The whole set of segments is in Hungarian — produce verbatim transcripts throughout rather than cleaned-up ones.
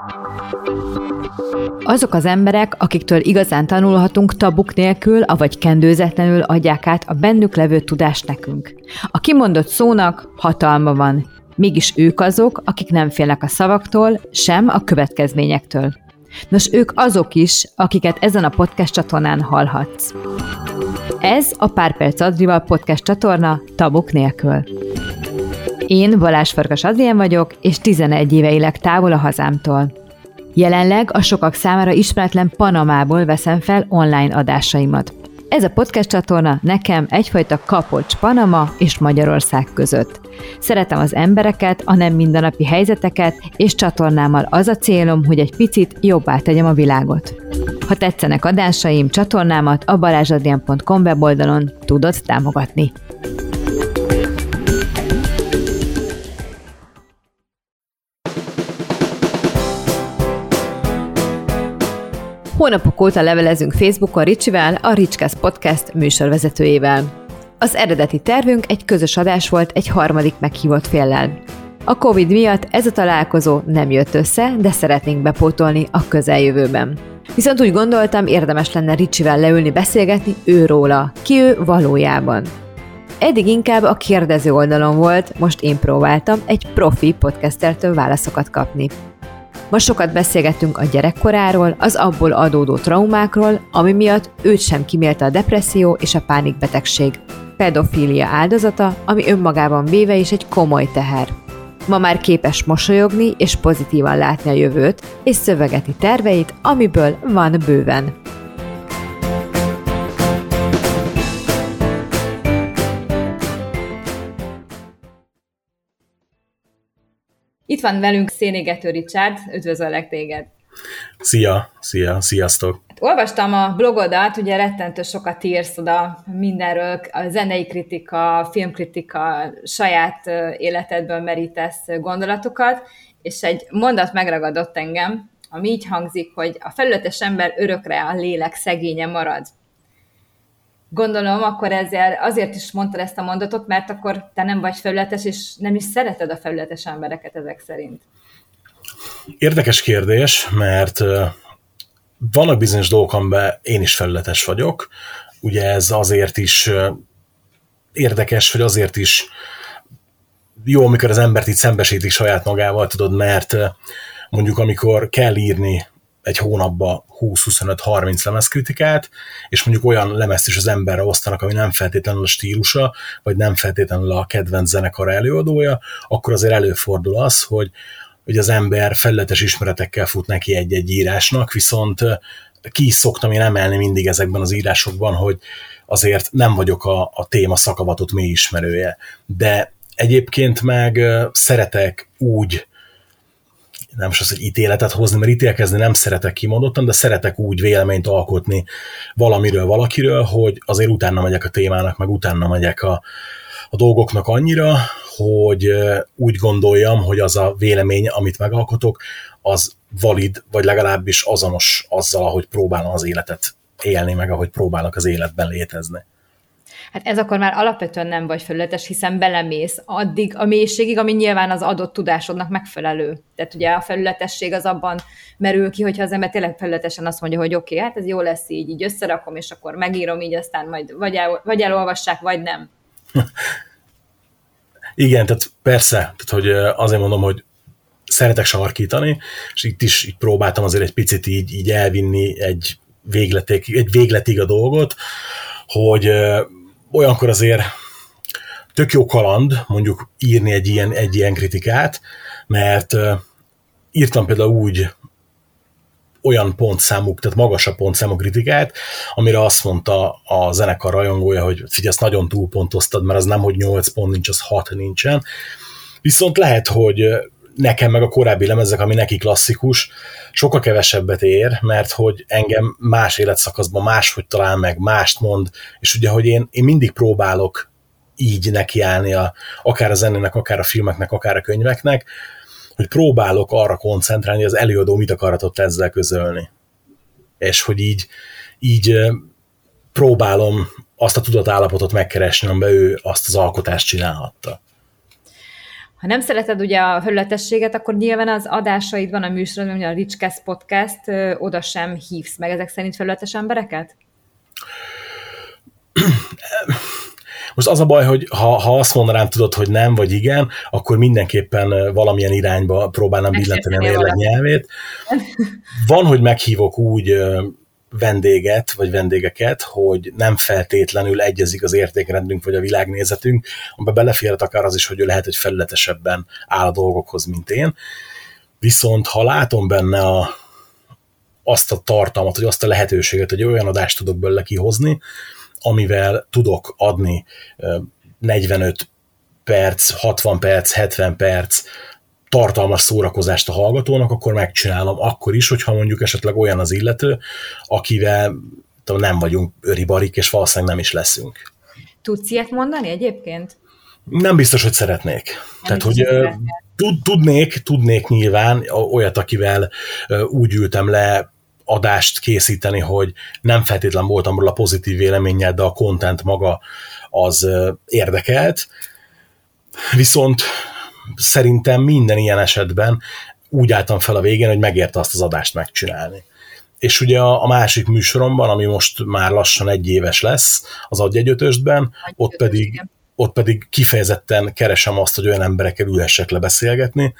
Azok az emberek, akiktől igazán tanulhatunk tabuk nélkül, avagy kendőzetlenül adják át a bennük levő tudást nekünk. A kimondott szónak hatalma van, mégis ők azok, akik nem félnek a szavaktól, sem a következményektől. Nos, ők azok is, akiket ezen a podcast csatornán hallhatsz. Ez a Pár Perc Adrival podcast csatorna tabuk nélkül. Én Balázs Farkas Adrián vagyok, és tizenegy éve élek távol a hazámtól. Jelenleg a sokak számára ismeretlen Panamából veszem fel online adásaimat. Ez a podcast csatorna nekem egyfajta kapocs Panama és Magyarország között. Szeretem az embereket, a nem mindennapi helyzeteket, és csatornámmal az a célom, hogy egy picit jobbá tegyem a világot. Ha tetszenek adásaim, csatornámat a balázsadrián pont com weboldalon tudod támogatni. Hónapok óta levelezünk Facebookon Ricsivel, a Ricskesz Podcast műsorvezetőjével. Az eredeti tervünk egy közös adás volt egy harmadik meghívott féllel. A Covid miatt ez a találkozó nem jött össze, de szeretnénk bepótolni a közeljövőben. Viszont úgy gondoltam, érdemes lenne Ricsivel leülni beszélgetni őróla, ki ő valójában. Eddig inkább a kérdező oldalon volt, most én próbáltam egy profi podcastertől válaszokat kapni. Ma sokat beszélgettünk a gyerekkoráról, az abból adódó traumákról, ami miatt őt sem kímélte a depresszió és a pánikbetegség. Pedofília áldozata, ami önmagában véve is egy komoly teher. Ma már képes mosolyogni és pozitívan látni a jövőt, és szövegeti terveit, amiből van bőven. Itt van velünk Szénégető Richard, üdvözöllek téged! Szia, szia, sziasztok! Hát olvastam a blogodat, ugye rettentő sokat írsz oda mindenről, a zenei kritika, filmkritika, saját életedből merítesz gondolatokat, és egy mondat megragadott engem, ami így hangzik, hogy a felületes ember örökre a lélek szegénye marad. Gondolom, akkor ezzel azért is mondtad ezt a mondatot, mert akkor te nem vagy felületes, és nem is szereted a felületes embereket ezek szerint. Érdekes kérdés, mert vannak bizonyos dolgok, amiben én is felületes vagyok. Ugye ez azért is érdekes, vagy azért is jó, amikor az embert így szembesítik saját magával, tudod, mert mondjuk amikor kell írni egy hónapba húsz, huszonöt, harminc lemezkritikát, és mondjuk olyan lemezt is az emberre osztanak, ami nem feltétlenül a stílusa, vagy nem feltétlenül a kedvenc zenekar előadója, akkor azért előfordul az, hogy, hogy az ember felületes ismeretekkel fut neki egy-egy írásnak, viszont ki is szoktam én emelni mindig ezekben az írásokban, hogy azért nem vagyok a, a téma szakavatott mély ismerője. De egyébként meg szeretek úgy, nem most az, hogy ítéletet hozni, mert ítélkezni nem szeretek kimondottan, de szeretek úgy véleményt alkotni valamiről, valakiről, hogy azért utána megyek a témának, meg utána megyek a, a dolgoknak annyira, hogy úgy gondoljam, hogy az a vélemény, amit megalkotok, az valid, vagy legalábbis azonos azzal, ahogy próbálom az életet élni, meg ahogy próbálok az életben létezni. Hát ez akkor már alapvetően nem vagy felületes, hiszen belemész addig a mélységig, ami nyilván az adott tudásodnak megfelelő. Tehát ugye a felületesség az abban merül ki, hogyha az ember tényleg felületesen azt mondja, hogy oké, okay, hát ez jó lesz így, így összerakom, és akkor megírom így, aztán majd vagy, el, vagy elolvassák, vagy nem. Igen, tehát persze, tehát hogy azért mondom, hogy szeretek sarkítani, és itt is így próbáltam azért egy picit így, így elvinni egy végletig, egy végletig a dolgot, hogy olyankor azért tök jó kaland mondjuk írni egy ilyen, egy ilyen kritikát, mert írtam például úgy olyan pontszámú, tehát magasabb pontszámú kritikát, amire azt mondta a zenekar rajongója, hogy figyelj, ezt nagyon túlpontoztad, mert az nem, hogy nyolc pont nincs, az hat nincsen. Viszont lehet, hogy nekem meg a korábbi lemezek, ami neki klasszikus, sokkal kevesebbet ér, mert hogy engem más életszakaszban máshogy talál meg, mást mond, és ugye, hogy én, én mindig próbálok így nekiállni a, akár a zenének, akár a filmeknek, akár a könyveknek, hogy próbálok arra koncentrálni, hogy az előadó mit akaratott ezzel közölni. És hogy így, így próbálom azt a tudatállapotot megkeresni, amiben ő azt az alkotást csinálhatta. Ha nem szereted ugye a felületességet, akkor nyilván az adásaidban, a műsorodban, ugye a Ricskeszt Podcast, ö, oda sem hívsz meg ezek szerint felületes embereket? Most az a baj, hogy ha, ha azt mondanám, tudod, hogy nem, vagy igen, akkor mindenképpen valamilyen irányba próbálnám billenteni a mérleg nyelvét. Van, hogy meghívok úgy vendéget, vagy vendégeket, hogy nem feltétlenül egyezik az értékrendünk, vagy a világnézetünk, amiben beleférhet akár az is, hogy ő lehet, hogy felületesebben áll a dolgokhoz, mint én. Viszont ha látom benne a, azt a tartalmat, vagy azt a lehetőséget, hogy olyan adást tudok belőle kihozni, amivel tudok adni negyvenöt perc, hatvan perc, hetven perc tartalmas szórakozást a hallgatónak, akkor megcsinálom akkor is, hogyha mondjuk esetleg olyan az illető, akivel nem vagyunk öribarik, és valószínűleg nem is leszünk. Tudsz ilyet mondani egyébként? Nem biztos, hogy szeretnék. Nem Tehát, hogy tud, tudnék, tudnék nyilván olyat, akivel úgy ültem le adást készíteni, hogy nem feltétlen voltam róla pozitív véleménnyel, de a content maga az érdekelt. Viszont szerintem minden ilyen esetben úgy álltam fel a végén, hogy megérte azt az adást megcsinálni. És ugye a, a másik műsoromban, ami most már lassan egy éves lesz, az Adj egy ötöstben, ott pedig, ott pedig kifejezetten keresem azt, hogy olyan emberekkel ülhessek le beszélgetni,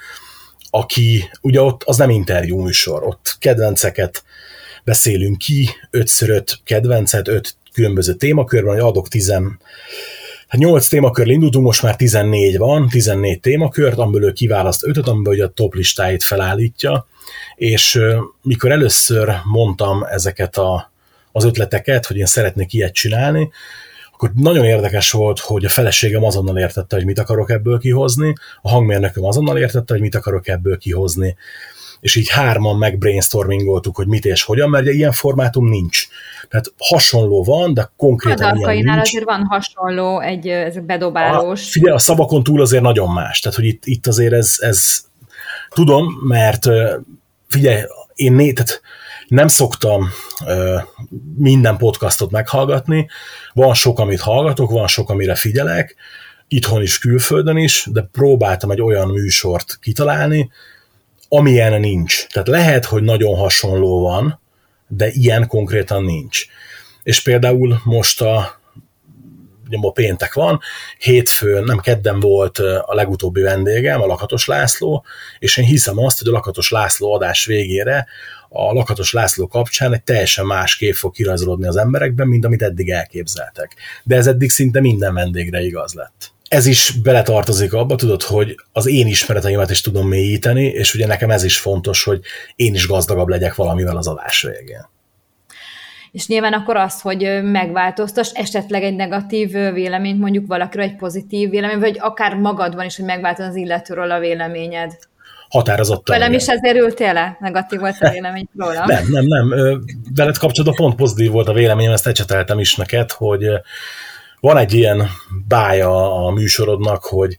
aki, ugye ott az nem interjú műsor, ott kedvenceket beszélünk ki, ötször öt kedvencet, öt különböző témakörben, hogy adok tizen, hát nyolc témakörrel indultunk, most már tizennégy van, tizennégy témakört, amiből ő kiválaszt ötöt, amiből ugye a top listáit felállítja, és mikor először mondtam ezeket a, az ötleteket, hogy én szeretnék ilyet csinálni, akkor nagyon érdekes volt, hogy a feleségem azonnal értette, hogy mit akarok ebből kihozni, a hangmérnököm azonnal értette, hogy mit akarok ebből kihozni, és így hárman meg brainstormingoltuk, hogy mit és hogyan, mert ilyen formátum nincs. Tehát hasonló van, de konkrétan ilyen nincs. Azért van hasonló, egy ezek bedobálós. A, figyelj, a szavakon túl azért nagyon más. Tehát, hogy itt, itt azért ez, ez tudom, mert figyelj, én né, tehát nem szoktam uh, minden podcastot meghallgatni, van sok, amit hallgatok, van sok, amire figyelek, itthon is, külföldön is, de próbáltam egy olyan műsort kitalálni, amilyen nincs. Tehát lehet, hogy nagyon hasonló van, de ilyen konkrétan nincs. És például most a, ugye ma péntek van, hétfőn, nem kedden volt a legutóbbi vendégem, a Lakatos László, és én hiszem azt, hogy a Lakatos László adás végére a Lakatos László kapcsán egy teljesen más kép fog kirajzolódni az emberekben, mint amit eddig elképzeltek. De ez eddig szinte minden vendégre igaz lett. Ez is beletartozik abba, tudod, hogy az én ismereteimet is tudom mélyíteni, és ugye nekem ez is fontos, hogy én is gazdagabb legyek valamivel az adás végén. És nyilván akkor az, hogy megváltoztass esetleg egy negatív véleményt mondjuk valakiről, egy pozitív vélemény, vagy akár magadban is, hogy megváltoz az illetőről a véleményed. Határozottan. Velem is ezért ültél le? Negatív volt a vélemény róla? Nem, nem, nem. Veled kapcsolatban pont pozitív volt a véleményem, ezt ecseteltem is neked, hogy van egy ilyen bája a műsorodnak, hogy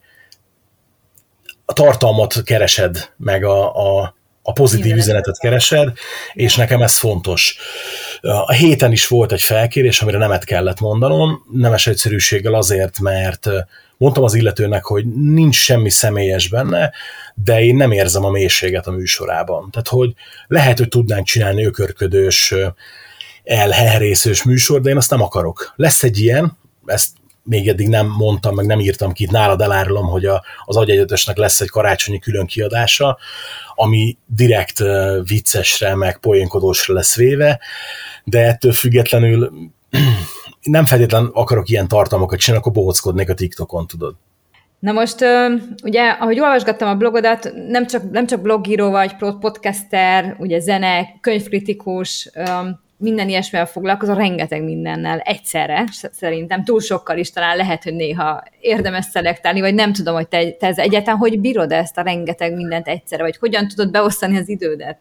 a tartalmat keresed, meg a, a, a pozitív üzenetet keresed, és nekem ez fontos. A héten is volt egy felkérés, amire nemet kellett mondanom, nemes egyszerűséggel azért, mert mondtam az illetőnek, hogy nincs semmi személyes benne, de én nem érzem a mélységet a műsorában. Tehát, hogy lehet, hogy tudnánk csinálni ökörködős, elherészős műsor, de én azt nem akarok. Lesz egy ilyen, ezt még eddig nem mondtam, meg nem írtam ki, nálad elárulom, hogy a, az Adj egy ötösnek lesz egy karácsonyi külön kiadása, ami direkt uh, viccesre, meg poénkodósra lesz véve, de ettől függetlenül nem feltétlenül akarok ilyen tartalmakat csinálni, akkor bohockodnék a TikTokon, tudod. Na most, ugye, ahogy olvasgattam a blogodat, nem csak, nem csak blogíró vagy, podcaster, ugye zene, könyvkritikus, minden ilyesmivel foglalkozol, rengeteg mindennel egyszerre, szerintem túl sokkal is talán lehet, hogy néha érdemes szelektálni, vagy nem tudom, hogy te, te ez egyáltalán hogy bírod ezt a rengeteg mindent egyszerre, vagy hogyan tudod beosztani az idődet?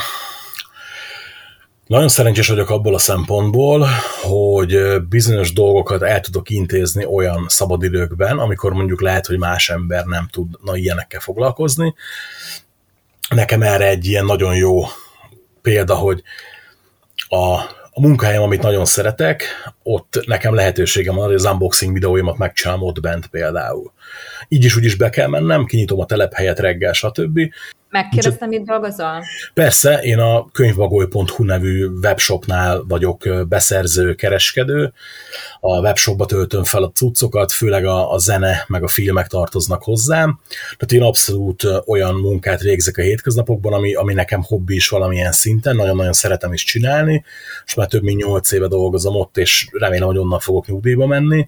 Nagyon szerencsés vagyok abból a szempontból, hogy bizonyos dolgokat el tudok intézni olyan szabadidőkben, amikor mondjuk lehet, hogy más ember nem tudna ilyenekkel foglalkozni. Nekem erre egy ilyen nagyon jó példa, hogy a, a a munkahelyem, amit nagyon szeretek, ott nekem lehetőségem van, hogy az unboxing videóimat megcsinálom ott bent például. Így is úgy is be kell mennem, kinyitom a telephelyet reggel, stb. Megkérdeztem, mit dolgozol? Persze, én a könyvbagoly pont hu nevű webshopnál vagyok beszerző, kereskedő. A webshopba töltöm fel a cuccokat, főleg a, a zene meg a filmek tartoznak hozzám. Tehát én abszolút olyan munkát végzek a hétköznapokban, ami, ami nekem hobbi is valamilyen szinten, nagyon-nagyon szeretem is csinálni, és már több mint nyolc éve dolgozom ott, és remélem, hogy onnan fogok nyugdíjba menni.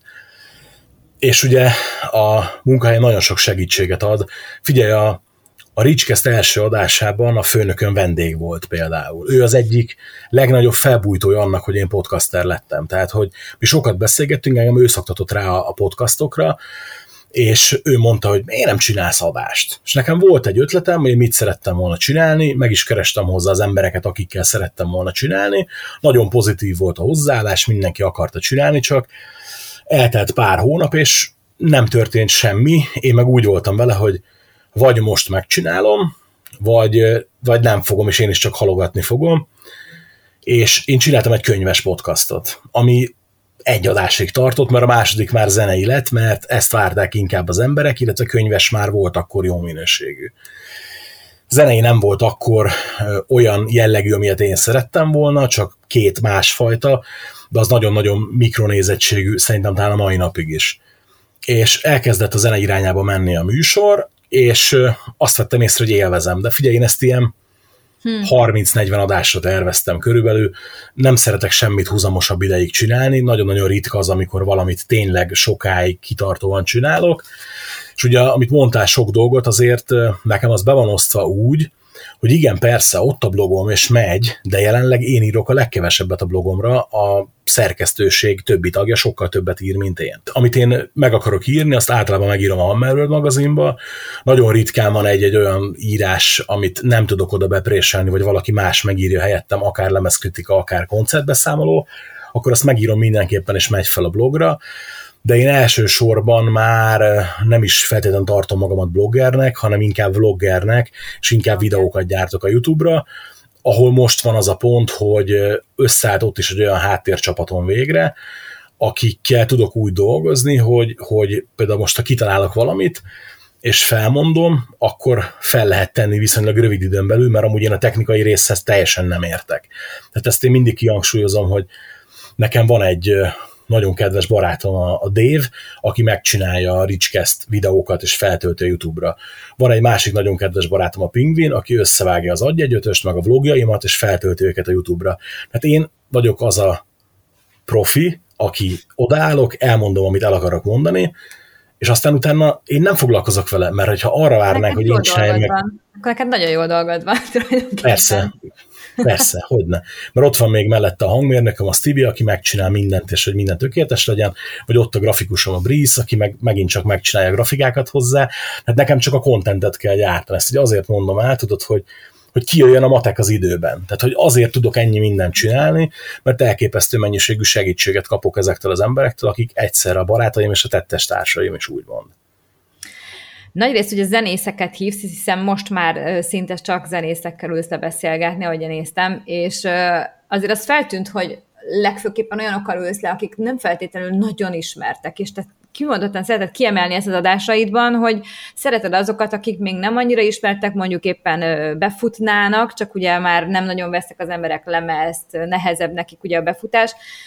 És ugye a munkahely nagyon sok segítséget ad. Figyelj, a A Ricskeszt első adásában a főnökön vendég volt például. Ő az egyik legnagyobb felbújtója annak, hogy én podcaster lettem. Tehát, hogy mi sokat beszélgettünk, engem ő szoktatott rá a podcastokra, és ő mondta, hogy én nem csinálsz adást. És nekem volt egy ötletem, hogy mit szerettem volna csinálni, meg is kerestem hozzá az embereket, akikkel szerettem volna csinálni. Nagyon pozitív volt a hozzáállás, mindenki akarta csinálni, csak eltelt pár hónap, és nem történt semmi. Én meg úgy voltam vele, hogy vagy most megcsinálom, vagy, vagy nem fogom, és én is csak halogatni fogom. És én csináltam egy könyves podcastot, ami egy adásig tartott, mert a második már zenei lett, mert ezt várták inkább az emberek, illetve könyves már volt akkor jó minőségű. Zenei nem volt akkor olyan jellegű, amilyet én szerettem volna, csak két másfajta, de az nagyon-nagyon mikronézettségű, szerintem talán a mai napig is. És elkezdett a zene irányába menni a műsor, és azt vettem észre, hogy élvezem. De figyelj, én ezt ilyen hmm. harminc-negyven adásra terveztem körülbelül. Nem szeretek semmit húzamosabb ideig csinálni. Nagyon-nagyon ritka az, amikor valamit tényleg sokáig kitartóan csinálok. És ugye, amit mondtál sok dolgot, azért nekem az be van osztva úgy, hogy igen, persze, ott a blogom, és megy, de jelenleg én írok a legkevesebbet a blogomra, a szerkesztőség többi tagja sokkal többet ír, mint én. Amit én meg akarok írni, azt általában megírom a Hammerworld magazinba. Nagyon ritkán van egy-egy olyan írás, amit nem tudok oda bepréselni, vagy valaki más megírja helyettem, akár lemezkritika, akár koncertbeszámoló, akkor azt megírom mindenképpen, és megy fel a blogra. De én elsősorban már nem is feltétlenül tartom magamat bloggernek, hanem inkább vloggernek, és inkább videókat gyártok a YouTube-ra, ahol most van az a pont, hogy összeállt ott is egy olyan háttércsapaton végre, akikkel tudok úgy dolgozni, hogy, hogy például most, ha kitalálok valamit, és felmondom, akkor fel lehet tenni viszonylag rövid időn belül, mert amúgy én a technikai részhez teljesen nem értek. Tehát ezt én mindig kihangsúlyozom, hogy nekem van egy nagyon kedves barátom, a Dave, aki megcsinálja a Ricskeszt videókat és feltölti a YouTube-ra. Van egy másik nagyon kedves barátom, a Pingvin, aki összevágja az Adj egy ötöst, meg a vlogjaimat, és feltölti őket a YouTube-ra. Tehát én vagyok az a profi, aki odaállok, elmondom, amit el akarok mondani, és aztán utána én nem foglalkozok vele, mert ha arra várnánk, hogy én csináljam meg... Van. Akkor neked nagyon jó dolgod van. Persze. Persze, hogyne. Mert ott van még mellette a hangmérnököm, a Stevie, aki megcsinál mindent, és hogy minden tökéletes legyen, vagy ott a grafikusom, a Breeze, aki meg, megint csak megcsinálja a grafikákat hozzá. Hát nekem csak a contentet kell gyártani. Ezt ugye azért mondom el, tudod, hogy, hogy kijöjjön a matek az időben. Tehát, hogy azért tudok ennyi mindent csinálni, mert elképesztő mennyiségű segítséget kapok ezektől az emberektől, akik egyszerre a barátaim és a tettes társaim is úgymond. Nagyrészt ugye zenészeket hívsz, hiszen most már szinte csak zenészekkel ülsz le beszélgetni, ahogy én néztem, és azért az feltűnt, hogy legfőképpen olyanokkal ülsz le, akik nem feltétlenül nagyon ismertek, és te kimondottan szereted kiemelni ezt az adásaidban, hogy szereted azokat, akik még nem annyira ismertek, mondjuk éppen befutnának, csak ugye már nem nagyon vesznek az emberek lemezt, nehezebb nekik ugye a befutás.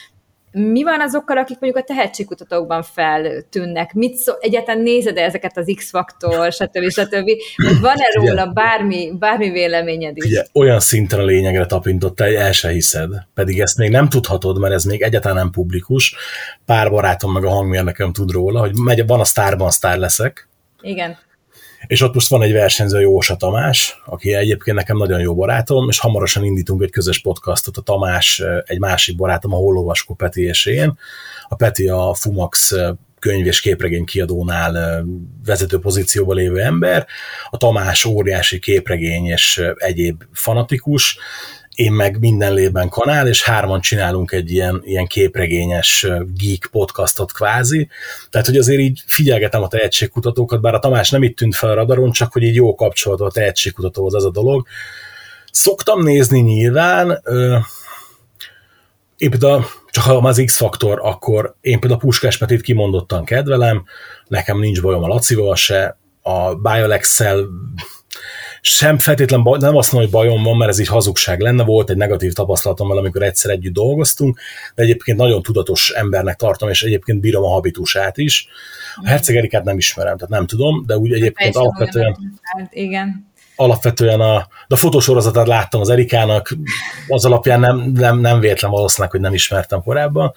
Mi van azokkal, akik mondjuk a tehetségkutatókban feltűnnek? Mit szó, egyáltalán nézed-e ezeket az X-faktor, stb. stb. Van-e róla bármi, bármi véleményed is? Ugye, olyan szinten a lényegre tapintottál, hogy el se hiszed. Pedig ezt még nem tudhatod, mert ez még egyáltalán nem publikus. Pár barátom meg a hangmérnököm tud róla, hogy megy, van a Sztárban sztár leszek. Igen. És ott most van egy versenyző, Jósa Tamás, aki egyébként nekem nagyon jó barátom, és hamarosan indítunk egy közös podcastot, a Tamás, egy másik barátom, a Hollóvaskó Peti és én. A Peti a Fumax könyv és képregény kiadónál vezető pozícióban lévő ember, a Tamás óriási képregény és egyéb fanatikus, én meg minden lében kanál, és hárman csinálunk egy ilyen, ilyen képregényes geek podcastot kvázi. Tehát, hogy azért így figyelgetem a tehetségkutatókat, bár a Tamás nem itt tűnt fel a radaron, csak hogy így jó kapcsolatban a tehetségkutatóhoz az a dolog. Szoktam nézni nyilván, én például, csak ha az X-faktor, akkor én például Puskás Petit kimondottan kedvelem, nekem nincs bajom a Lacival se, a Biolex-szel sem feltétlen baj, nem azt mondom, hogy bajom van, mert ez így hazugság lenne, volt egy negatív tapasztalatom vele, amikor egyszer együtt dolgoztunk, de egyébként nagyon tudatos embernek tartom, és egyébként bírom a habitusát is. A Herceg Erikát nem ismerem, tehát nem tudom, de úgy egyébként alapvetően... Igen. Alapvetően a, de a fotósorozatát láttam az Erikának, az alapján nem, nem, nem véletlen valószínűleg, hogy nem ismertem korábban.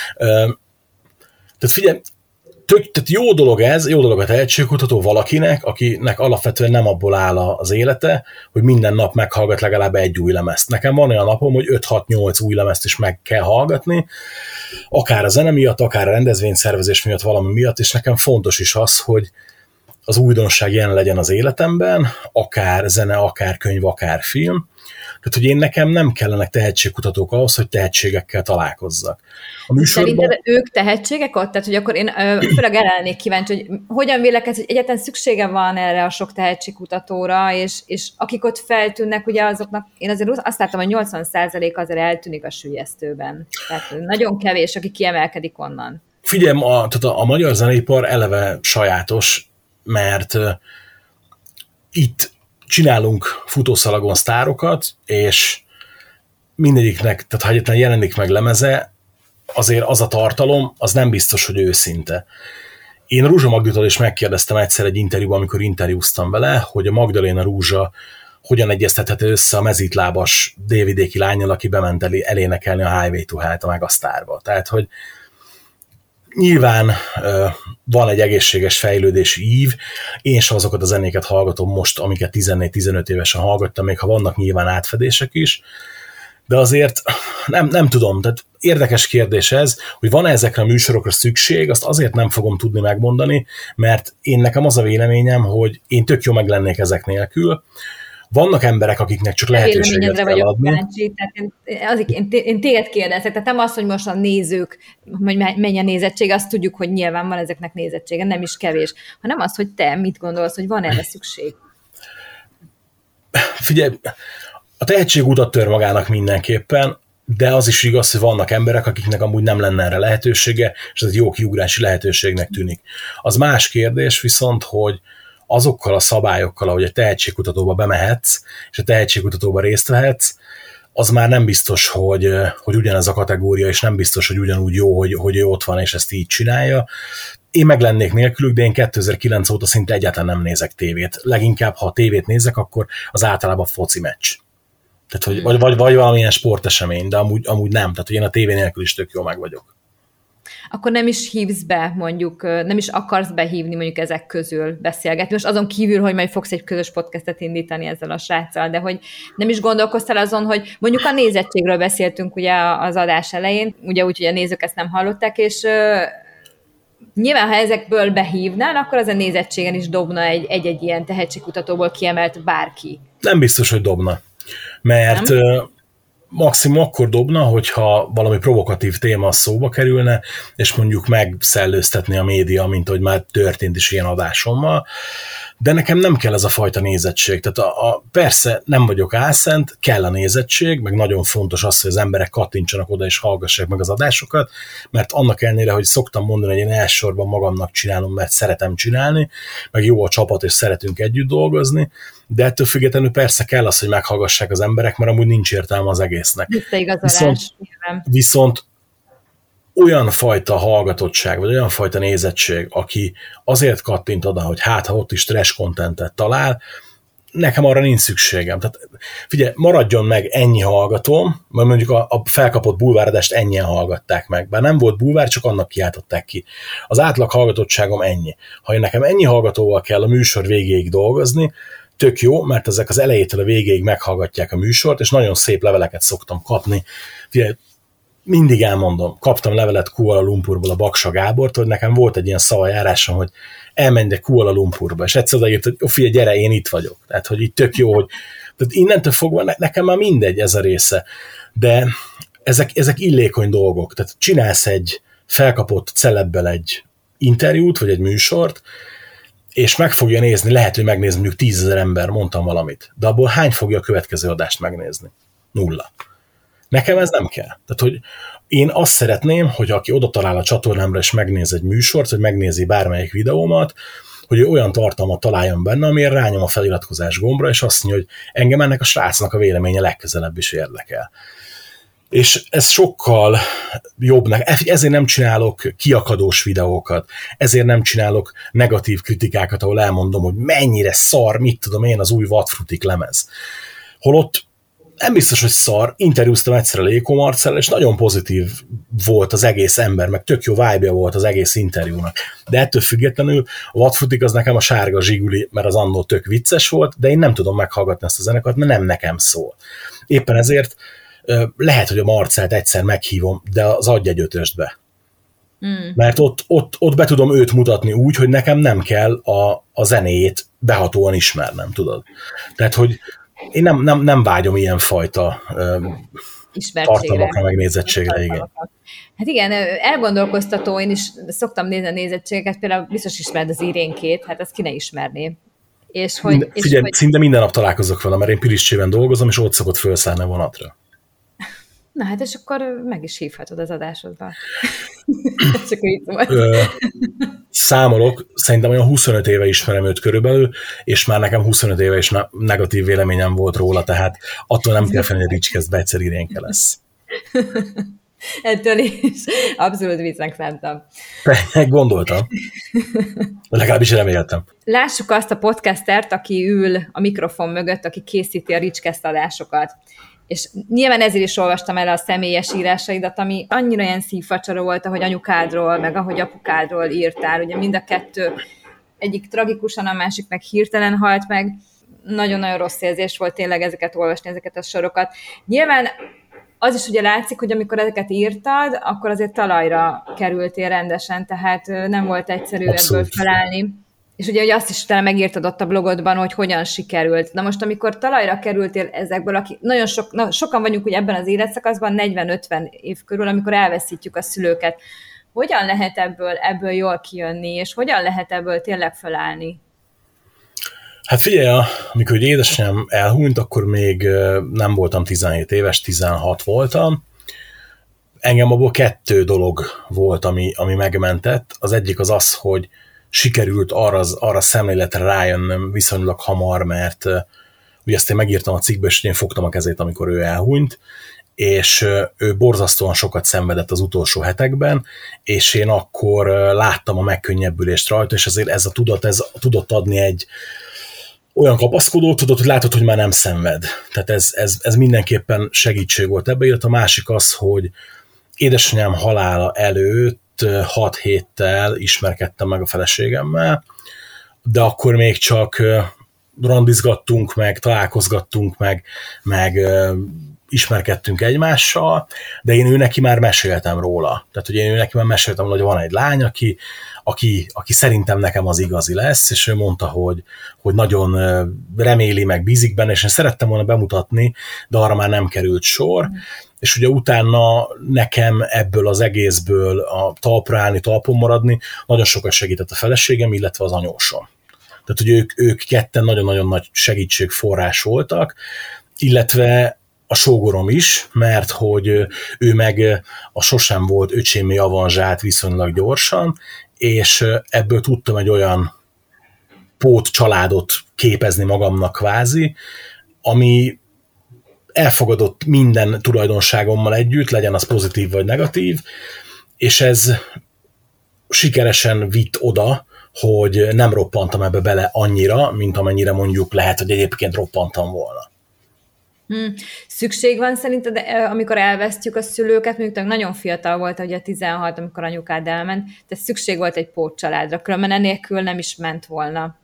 Tehát figyelj, tök, tehát jó dolog ez, jó dolog a tehetségkutató valakinek, akinek alapvetően nem abból áll az élete, hogy minden nap meghallgat legalább egy új lemezt. Nekem van olyan napom, hogy öt-hat-nyolc új lemezt is meg kell hallgatni, akár a zene miatt, akár a rendezvényszervezés miatt, valami miatt, és nekem fontos is az, hogy az újdonság jelen legyen az életemben, akár zene, akár könyv, akár film. Tehát, hogy én nekem nem kellenek tehetségkutatók ahhoz, hogy tehetségekkel találkozzak. A műsorban... Szerinted ők tehetségek ott? Tehát, hogy akkor én főleg el lennék kíváncsi, hogy hogyan vélekedsz, hogy egyáltalán szüksége van erre a sok tehetségkutatóra, és, és akik ott feltűnnek, ugye azoknak, én azért azt láttam, hogy nyolcvan százalék azért eltűnik a süllyesztőben. Tehát nagyon kevés, aki kiemelkedik onnan. Figyelj, a, tehát a, a magyar zeneipar eleve sajátos, mert uh, itt csinálunk futószalagon sztárokat, és mindegyiknek, tehát ha egyetlen jelenik meg lemeze, azért az a tartalom, az nem biztos, hogy őszinte. Én Rúzsa Magditól is megkérdeztem egyszer egy interjúban, amikor interjúztam vele, hogy a Magdalena Rúzsa hogyan egyeztethető össze a mezítlábas délvidéki lánnyal, aki bement elé, elénekelni a Highway to Hell-t a Megasztárba. Tehát, hogy nyilván uh, van egy egészséges fejlődési ív, én sem azokat a zenéket hallgatom most, amiket tizennégy-tizenöt évesen hallgattam, még ha vannak nyilván átfedések is, de azért nem, nem tudom, tehát érdekes kérdés ez, hogy van-e ezekre a műsorokra szükség, azt azért nem fogom tudni megmondani, mert én nekem az a véleményem, hogy én tök jó meg lennék ezek nélkül. Vannak emberek, akiknek csak lehetőséget kell adni. Kíváncsi, tehát én, azért, én, én téged kérdezek, tehát nem az, hogy most a nézők, hogy mennyi a nézettség, azt tudjuk, hogy nyilván van ezeknek nézettsége, nem is kevés, hanem az, hogy te mit gondolsz, hogy van erre szükség. Figyelj, a tehetségutat tör magának mindenképpen, de az is igaz, hogy vannak emberek, akiknek amúgy nem lenne erre lehetősége, és ez egy jó kiugrási lehetőségnek tűnik. Az más kérdés viszont, hogy azokkal a szabályokkal, ahogy a tehetségkutatóba bemehetsz, és a tehetségkutatóba részt vehetsz, az már nem biztos, hogy, hogy ugyanez a kategória, és nem biztos, hogy ugyanúgy jó, hogy, hogy ő ott van, és ezt így csinálja. Én meg lennék nélkülük, de én kétezer-kilenc óta szinte egyáltalán nem nézek tévét. Leginkább, ha a tévét nézek, akkor az általában foci meccs. Tehát, hogy, vagy, vagy, vagy valamilyen sportesemény, de amúgy, amúgy nem. Tehát, hogy én a tévé nélkül is tök jó meg vagyok. Akkor nem is hívsz be, mondjuk, nem is akarsz behívni mondjuk ezek közül beszélgetni. Most azon kívül, hogy majd fogsz egy közös podcastet indítani ezzel a sráccal, de hogy nem is gondolkoztál azon, hogy mondjuk a nézettségről beszéltünk ugye az adás elején, ugye úgy, hogy a nézők ezt nem hallották, és uh, nyilván, ha ezekből behívnál, akkor az a nézettségen is dobna egy-egy ilyen tehetségkutatóból kiemelt bárki. Nem biztos, hogy dobna. Mert nem? Maximum akkor dobna, hogyha valami provokatív téma szóba kerülne, és mondjuk megszellőztetni a média, mint ahogy már történt is ilyen adásommal. De nekem nem kell ez a fajta nézettség. Tehát a, a, persze nem vagyok álszent, kell a nézettség, meg nagyon fontos az, hogy az emberek kattintsanak oda és hallgassák meg az adásokat, mert annak ellenére, hogy szoktam mondani, hogy én elsősorban magamnak csinálom, mert szeretem csinálni, meg jó a csapat, és szeretünk együtt dolgozni, de ettől függetlenül persze kell az, hogy meghallgassák az emberek, mert amúgy nincs értelme az egésznek. Viszont, viszont olyan fajta hallgatottság, vagy olyan fajta nézettség, aki azért kattint oda, hogy hát, ha ott is trash contentet talál, nekem arra nincs szükségem. Tehát figyelj, maradjon meg ennyi hallgatóm, mert mondjuk a, a felkapott bulváradást ennyien hallgatták meg. Bár nem volt bulvár, csak annak kiáltották ki. Az átlag hallgatottságom ennyi. Ha én nekem ennyi hallgatóval kell a műsor végéig dolgozni, tök jó, mert ezek az elejétől a végéig meghallgatják a műsort, és nagyon szép leveleket szoktam kapni. Figyelj, mindig elmondom, kaptam levelet Kuala Lumpurból a Baksa Gábortól, hogy nekem volt egy ilyen szavajárásom, hogy elmenjek Kuala Lumpurba, és egyszer odaírt, hogy figyelj, gyere, én itt vagyok. Tehát, hogy itt tök jó, hogy tehát innentől fogva nekem már mindegy ez a része. De ezek, ezek illékony dolgok. Tehát csinálsz egy felkapott celebbel egy interjút, vagy egy műsort, és meg fogja nézni, lehet, hogy megnéz mondjuk tízezer ember, mondtam valamit, de abból hány fogja a következő adást megnézni? Nulla. Nekem ez nem kell. Tehát, hogy én azt szeretném, hogy aki oda talál a csatornámra, és megnéz egy műsort, vagy megnézi bármelyik videómat, hogy ő olyan tartalmat találjon benne, amire rányom a feliratkozás gombra, és azt mondja, hogy engem ennek a srácnak a véleménye legközelebb is érdekel. És ez sokkal jobbnak, ezért nem csinálok kiakadós videókat, ezért nem csinálok negatív kritikákat, ahol elmondom, hogy mennyire szar, mit tudom én, az új Vadfrutik lemez. Holott nem biztos, hogy szar, interjúztam egyszer a Léko Marcellel, és nagyon pozitív volt az egész ember, meg tök jó vibe-ja volt az egész interjúnak. De ettől függetlenül a Vadfrutik az nekem a sárga zsiguli, mert az annó tök vicces volt, de én nem tudom meghallgatni ezt a zenekart, mert nem nekem szól. Éppen ezért lehet, hogy a Marcellt egyszer meghívom, de az adj egy ötöstbe. Mm. Mert ott, ott, ott be tudom őt mutatni úgy, hogy nekem nem kell a, a zenéjét behatóan ismernem, tudod. Tehát, hogy én nem, nem, nem vágyom ilyen fajta tartalmakra, meg nézettségre, igen. Hát igen, elgondolkoztató, én is szoktam nézni a nézettségeket, például biztos ismered az Irénkét, hát ezt ki ne ismerné. És hogy, Figyelj, és hogy... szinte minden nap találkozok vele, mert én Piliscsében dolgozom, és ott szokott felszállni a vonatra. Na hát, és akkor meg is hívhatod az adásodba. Csak Ö, számolok, szerintem olyan huszonöt éve ismerem őt körülbelül, és már nekem huszonöt éve is negatív véleményem volt róla, tehát attól nem kell fenni, hogy Ricskeszt egyszer Irénke lesz. Ettől is abszolút viccnek szántam. Gondoltam. Legalábbis reméltem. Lássuk azt a podcastert, aki ül a mikrofon mögött, aki készíti a Ricskeszt adásokat. És nyilván ezért is olvastam el a személyes írásaidat, ami annyira ilyen szívfacsaró volt, ahogy anyukádról, meg ahogy apukádról írtál. Ugye mind a kettő, egyik tragikusan, a másik meg hirtelen halt meg. Nagyon-nagyon rossz érzés volt tényleg ezeket olvasni, ezeket a sorokat. Nyilván az is ugye látszik, hogy amikor ezeket írtad, akkor azért talajra kerültél rendesen, tehát nem volt egyszerű Abszolút. ebből felállni. És ugye hogy azt is utána megírtad ott a blogodban, hogy hogyan sikerült. Na most, amikor talajra kerültél ezekből, aki nagyon sok, na, sokan vagyunk ugye ebben az életszakaszban, negyven-ötven év körül, amikor elveszítjük a szülőket. Hogyan lehet ebből, ebből jól kijönni, és hogyan lehet ebből tényleg felállni? Hát figyelj, amikor édesanyám elhunyt, akkor még nem voltam tizenhét éves, tizenhat voltam. Engem abból kettő dolog volt, ami, ami megmentett. Az egyik az az, hogy sikerült arra, arra szemléletre rájönnöm viszonylag hamar, mert uh, ugye ezt én megírtam a cikkbe, és én fogtam a kezét, amikor ő elhunyt, és uh, ő borzasztóan sokat szenvedett az utolsó hetekben, és én akkor uh, láttam a megkönnyebbülést rajta, és azért ez a tudat, ez tudott adni egy olyan kapaszkodót, tudod, hogy látod, hogy már nem szenved. Tehát ez, ez, ez mindenképpen segítség volt ebbe, illetve a másik az, hogy édesanyám halála előtt hat héttel ismerkedtem meg a feleségemmel, de akkor még csak randizgattunk meg, találkozgattunk meg, meg ismerkedtünk egymással, de én ő neki már meséltem róla. Tehát, hogy én ő neki már meséltem, hogy van egy lány, aki, aki, aki szerintem nekem az igazi lesz, és ő mondta, hogy, hogy nagyon reméli, meg bízik benne, és én szerettem volna bemutatni, de arra már nem került sor. Mm. És ugye utána nekem ebből az egészből a talpra állni, talpon maradni nagyon sokat segített a feleségem, illetve az anyósom. Tehát, hogy ők, ők ketten nagyon-nagyon nagy segítségforrás voltak, illetve a sógorom is, mert hogy ő meg a sosem volt öcsémé avanzsált viszonylag gyorsan, és ebből tudtam egy olyan pót családot képezni magamnak kvázi, ami elfogadott minden tulajdonságommal együtt, legyen az pozitív vagy negatív, és ez sikeresen vitt oda, hogy nem roppantam ebbe bele annyira, mint amennyire mondjuk lehet, hogy egyébként roppantam volna. Hmm. Szükség van szerinted, amikor elvesztjük a szülőket, mondjuk nagyon fiatal volt, ugye tizenhat, amikor anyukád elment, tehát szükség volt egy pótcsaládra, különben enélkül nem is ment volna.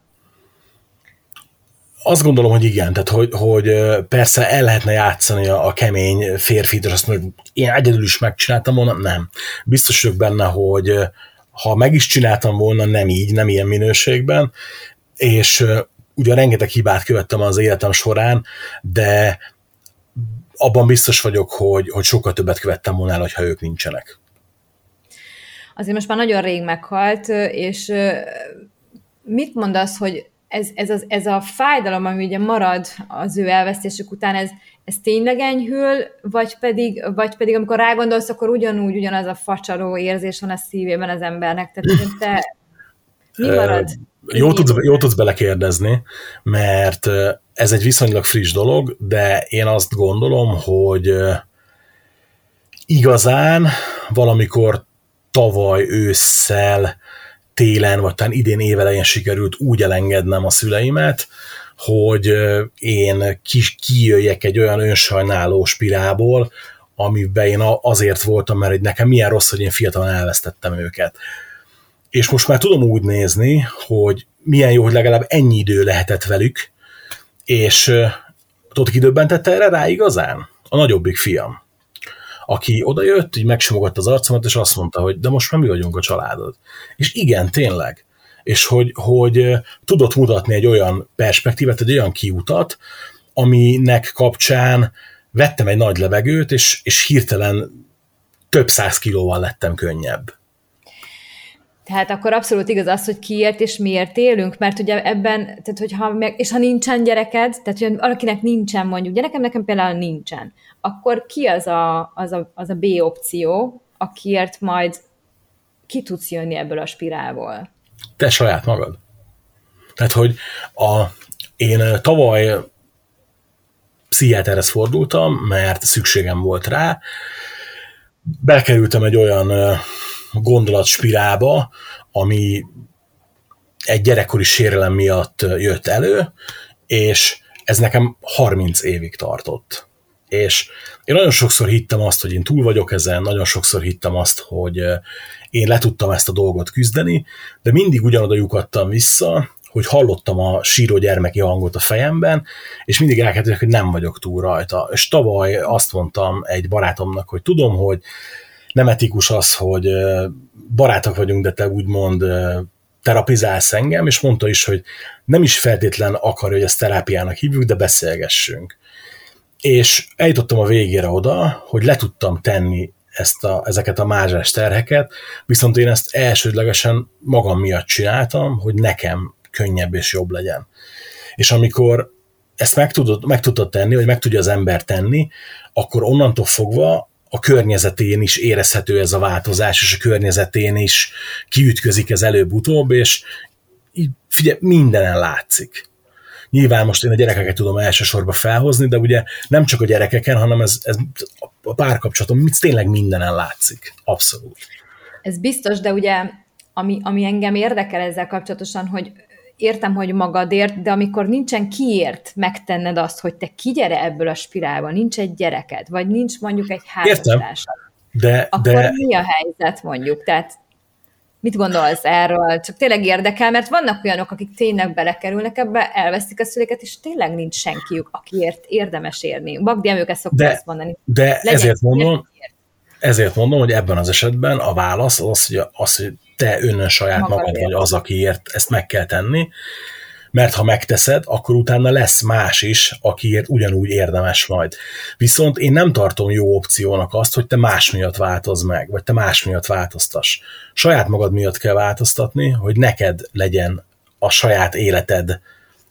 Azt gondolom, hogy igen, tehát hogy, hogy persze el lehetne játszani a, a kemény férfit, és azt mondja, hogy én egyedül is megcsináltam volna, nem. Biztos vagyok benne, hogy ha meg is csináltam volna, nem így, nem ilyen minőségben, és ugye rengeteg hibát követtem az életem során, de abban biztos vagyok, hogy, hogy sokkal többet követtem volna el, ha ők nincsenek. Azért most már nagyon rég meghalt, és mit mondasz, hogy ez, ez, az, ez a fájdalom, ami ugye marad az ő elvesztésük után, ez, ez tényleg enyhül, vagy pedig, vagy pedig amikor rágondolsz, akkor ugyanúgy, ugyanaz a facsaró érzés van a szívében az embernek. Tehát te mi marad? Jó tudsz, jó tudsz belekérdezni, mert ez egy viszonylag friss dolog, de én azt gondolom, hogy igazán valamikor tavaly ősszel, télen, vagy talán idén évelején sikerült úgy elengednem a szüleimet, hogy én kijöjjek egy olyan önsajnáló spirálból, amiben én azért voltam, mert hogy nekem milyen rossz, hogy én fiatalon elvesztettem őket. És most már tudom úgy nézni, hogy milyen jó, hogy legalább ennyi idő lehetett velük, és tudod, ki döbbentette erre rá igazán? A nagyobbik fiam, aki odajött, így megsimogatta az arcomat, és azt mondta, hogy de most már mi vagyunk a családod. És igen, tényleg. És hogy, hogy tudott mutatni egy olyan perspektívát, egy olyan kiutat, aminek kapcsán vettem egy nagy levegőt, és, és hirtelen több száz kilóval lettem könnyebb. Tehát akkor abszolút igaz az, hogy kiért és miért élünk, mert ugye ebben, tehát hogyha, és ha nincsen gyereked, tehát hogy valakinek nincsen mondjuk gyerekem, nekem például nincsen, akkor ki az a, az a, az a B opció, akiért majd ki tudsz jönni ebből a spirálból? Te saját magad. Tehát, hogy a, én tavaly pszichiáterhez fordultam, mert szükségem volt rá, bekerültem egy olyan gondolatspirálba, ami egy gyerekkori sérelem miatt jött elő, és ez nekem harminc évig tartott. És én nagyon sokszor hittem azt, hogy én túl vagyok ezen, nagyon sokszor hittem azt, hogy én le tudtam ezt a dolgot küzdeni, de mindig ugyanoda lyukadtam vissza, hogy hallottam a síró gyermeki hangot a fejemben, és mindig elkezdődök, hogy nem vagyok túl rajta. És tavaly azt mondtam egy barátomnak, hogy tudom, hogy nem etikus az, hogy barátok vagyunk, de te úgymond terapizálsz engem, és mondta is, hogy nem is feltétlen akarja, hogy ezt terápiának hívjuk, de beszélgessünk. És eljutottam a végére oda, hogy le tudtam tenni ezt a, ezeket a mázsás terheket, viszont én ezt elsődlegesen magam miatt csináltam, hogy nekem könnyebb és jobb legyen. És amikor ezt meg tudod, meg tudod tenni, vagy meg tudja az ember tenni, akkor onnantól fogva a környezetén is érezhető ez a változás, és a környezetén is kiütközik ez előbb-utóbb, és így, figyelj, mindenen látszik. Nyilván most én a gyerekeket tudom elsősorban felhozni, de ugye nem csak a gyerekeken, hanem ez, ez a párkapcsolatom tényleg mindenen látszik. Abszolút. Ez biztos, de ugye ami, ami engem érdekel ezzel kapcsolatosan, hogy értem, hogy magadért, de amikor nincsen kiért megtenned azt, hogy te kigyere ebből a spirálba, nincs egy gyereked, vagy nincs mondjuk egy házastársad, de, akkor de... mi a helyzet mondjuk? Tehát mit gondolsz erről? Csak tényleg érdekel, mert vannak olyanok, akik tényleg belekerülnek ebbe, elveszik a szüleiket, és tényleg nincs senkiük, akiért érdemes érni. Bagdi Emőke szokta ezt mondani. De ezért mondom, ezért mondom, hogy ebben az esetben a válasz az, hogy, az, hogy te önnön saját magad, magad vagy az, akiért ezt meg kell tenni, mert ha megteszed, akkor utána lesz más is, akiért ugyanúgy érdemes majd. Viszont én nem tartom jó opciónak azt, hogy te más miatt változz meg, vagy te más miatt változtass. Saját magad miatt kell változtatni, hogy neked legyen a saját életed,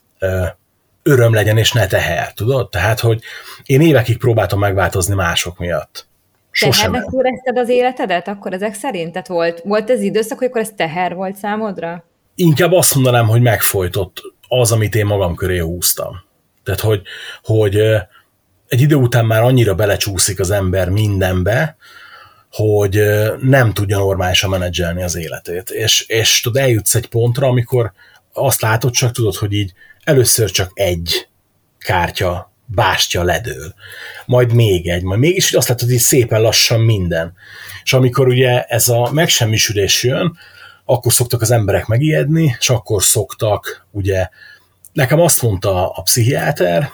öröm legyen, és ne teher, tudod? Tehát, hogy én évekig próbáltam megváltozni mások miatt. Tehernek érezted az életedet? Akkor ezek szerint? Tehát volt, volt ez időszak, hogy akkor ez teher volt számodra? Inkább azt mondanám, hogy megfojtott az, amit én magam köré húztam. Tehát, hogy, hogy egy idő után már annyira belecsúszik az ember mindenbe, hogy nem tudja normálisan menedzselni az életét. És, és tudod, eljutsz egy pontra, amikor azt látod, csak tudod, hogy így először csak egy kártya, bástya ledől. Majd még egy, majd mégis azt látod, hogy szépen lassan minden. És amikor ugye ez a megsemmisülés jön, akkor szoktak az emberek megijedni, és akkor szoktak, ugye, nekem azt mondta a pszichiáter,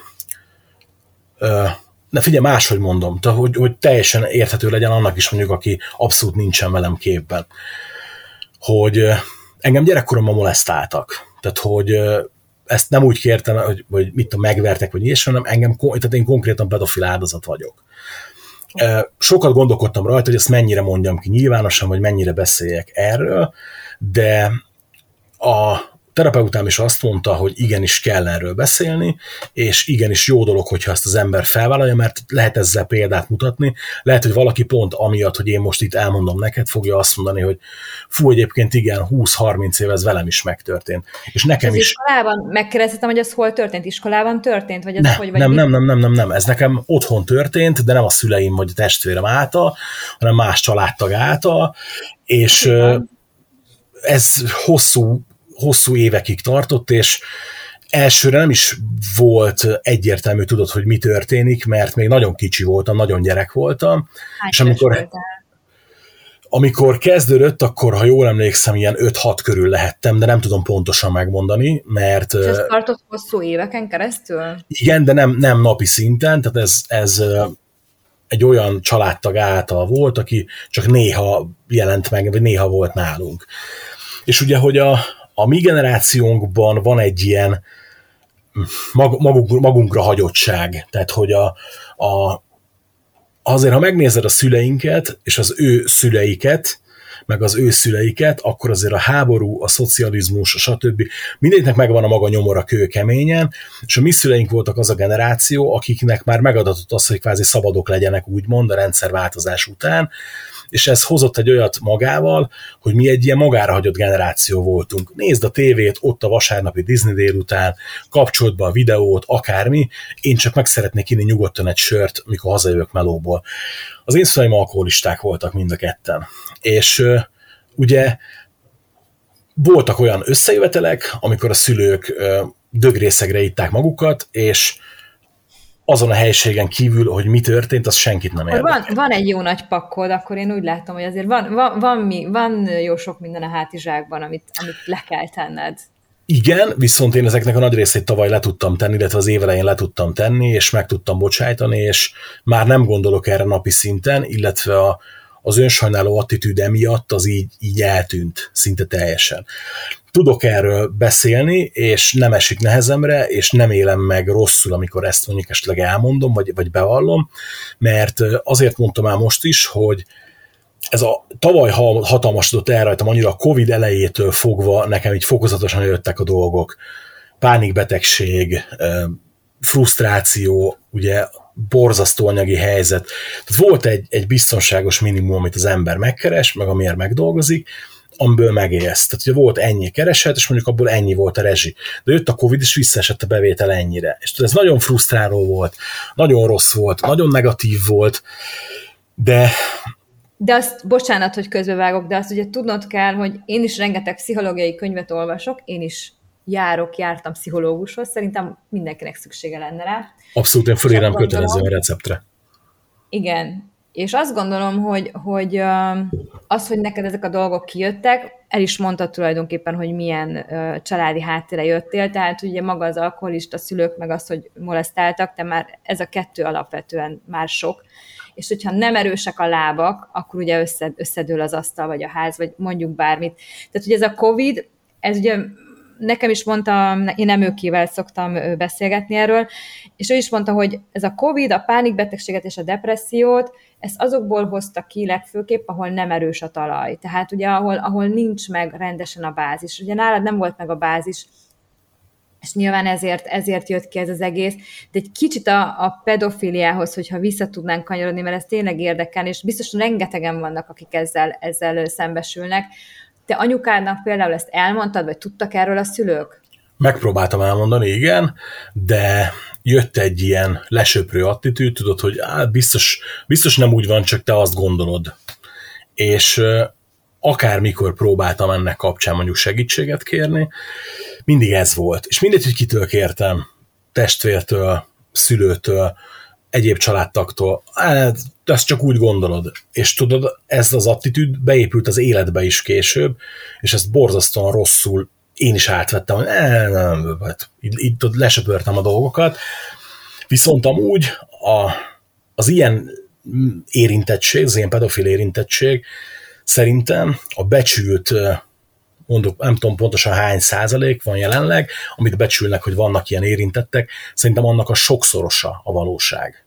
de figyelj, máshogy mondom, tehát, hogy, hogy teljesen érthető legyen annak is mondjuk, aki abszolút nincsen velem képben, hogy engem gyerekkoromban molesztáltak. Tehát, hogy ezt nem úgy kértem, hogy, hogy mit tudom, megvertek, vagy ilyesmi, hanem engem, tehát én konkrétan pedofil áldozat vagyok. Sokat gondolkodtam rajta, hogy ezt mennyire mondjam ki nyilvánosan, vagy mennyire beszéljek erről, de a terapeutám is azt mondta, hogy igenis kell erről beszélni, és igenis jó dolog, hogyha ezt az ember felvállalja, mert lehet ezzel példát mutatni. Lehet, hogy valaki pont amiatt, hogy én most itt elmondom neked, fogja azt mondani, hogy fú, egyébként igen, húsz-harminc év ez velem is megtörtént. És nekem az is... iskolában megkérdeztem, hogy ez hol történt? Iskolában történt? Vagy ez ne, hogy, vagy nem, nem, nem, nem, nem, nem. Ez nekem otthon történt, de nem a szüleim vagy a testvérem által, hanem más családtag által, és igen. Ez hosszú, hosszú évekig tartott, és elsőre nem is volt egyértelmű, tudod, hogy mi történik, mert még nagyon kicsi voltam, nagyon gyerek voltam. Hány és amikor, amikor kezdődött, akkor, ha jól emlékszem, ilyen öt-hat körül lehettem, de nem tudom pontosan megmondani, mert... És ez tartott hosszú éveken keresztül? Igen, de nem, nem napi szinten, tehát ez... ez egy olyan családtag által volt, aki csak néha jelent meg, vagy néha volt nálunk. És ugye, hogy a, a mi generációnkban van egy ilyen mag, magunk, magunkra hagyottság, tehát hogy a, a, azért, ha megnézed a szüleinket, és az ő szüleiket, meg az ő szüleiket, akkor azért a háború, a szocializmus, a stb. Mindegyiknek megvan a maga nyomora kőkeményen, és a mi szüleink voltak az a generáció, akiknek már megadatott az, hogy kvázi szabadok legyenek, úgymond, a rendszerváltozás után, és ez hozott egy olyat magával, hogy mi egy ilyen magára hagyott generáció voltunk. Nézd a tévét, ott a vasárnapi Disney délután, kapcsold be a videót, akármi, én csak meg szeretnék inni nyugodtan egy sört, mikor hazajövök melóból. Az én szüleim alkoholisták voltak mind a ketten. És uh, ugye voltak olyan összejövetelek, amikor a szülők uh, dögrészegre itták magukat, és azon a helységen kívül, hogy mi történt, az senkit nem érdekel. Van, van egy jó nagy pakkod, akkor én úgy látom, hogy azért van, van, van, mi, van jó sok minden a hátizsákban, amit, amit le kell tenned. Igen, viszont én ezeknek a nagy részét tavaly le tudtam tenni, illetve az év elején le tudtam tenni, és meg tudtam bocsájtani, és már nem gondolok erre napi szinten, illetve a, az önsajnáló attitűd emiatt az így, így eltűnt szinte teljesen. Tudok erről beszélni, és nem esik nehezemre, és nem élem meg rosszul, amikor ezt mondjuk esetleg elmondom, vagy, vagy bevallom, mert azért mondtam már most is, hogy ez a tavaly hatalmasodott el rajtam annyira a Covid elejétől fogva, nekem így fokozatosan jöttek a dolgok. Pánikbetegség, frusztráció, ugye borzasztó anyagi helyzet. Volt egy, egy biztonságos minimum, amit az ember megkeres, meg amiért megdolgozik, amiből megélsz. Tehát ugye volt ennyi kereset, és mondjuk abból ennyi volt a rezsi. De jött a Covid, és visszaesett a bevétel ennyire. És ez nagyon frusztráló volt, nagyon rossz volt, nagyon negatív volt, de... De azt, bocsánat, hogy közbevágok, de azt ugye tudnod kell, hogy én is rengeteg pszichológiai könyvet olvasok, én is járok, jártam pszichológushoz, szerintem mindenkinek szüksége lenne rá. Abszolút, én fölírám kötelezően receptre. Igen, és azt gondolom, hogy, hogy az, hogy neked ezek a dolgok kijöttek, el is mondtad tulajdonképpen, hogy milyen családi háttérre jöttél, tehát ugye maga az alkoholista szülők, meg az, hogy molesztáltak, de már ez a kettő alapvetően már sok, és hogyha nem erősek a lábak, akkor ugye összed, összedől az asztal, vagy a ház, vagy mondjuk bármit. Tehát ugye ez a Covid, ez ugye nekem is mondta, én emőkével szoktam beszélgetni erről, és ő is mondta, hogy ez a Covid, a pánikbetegséget és a depressziót, ezt azokból hozta ki legfőképp, ahol nem erős a talaj. Tehát ugye, ahol, ahol nincs meg rendesen a bázis. Ugye nálad nem volt meg a bázis, és nyilván ezért, ezért jött ki ez az egész, de egy kicsit a, a pedofiliához, hogyha vissza tudnánk kanyarodni, mert ez tényleg érdekel, és biztos rengetegen vannak, akik ezzel, ezzel szembesülnek. Te anyukádnak például ezt elmondtad, vagy tudtak erről a szülők? Megpróbáltam elmondani, igen, de jött egy ilyen lesöprő attitűd, tudod, hogy á, biztos, biztos nem úgy van, csak te azt gondolod. És akármikor próbáltam ennek kapcsán mondjuk segítséget kérni, mindig ez volt. És mindegy, hogy kitől kértem, testvértől, szülőtől, egyéb családtagtól, hát, ezt csak úgy gondolod. És tudod, ez az attitűd beépült az életbe is később, és ezt borzasztóan rosszul én is átvettem, hogy nem, nem, nem, így, így lesöpörtem a dolgokat. Viszont amúgy a, az ilyen érintettség, az ilyen pedofil érintettség szerintem a becsült, mondok, nem tudom pontosan hány százalék van jelenleg, amit becsülnek, hogy vannak ilyen érintettek, szerintem annak a sokszorosa a valóság.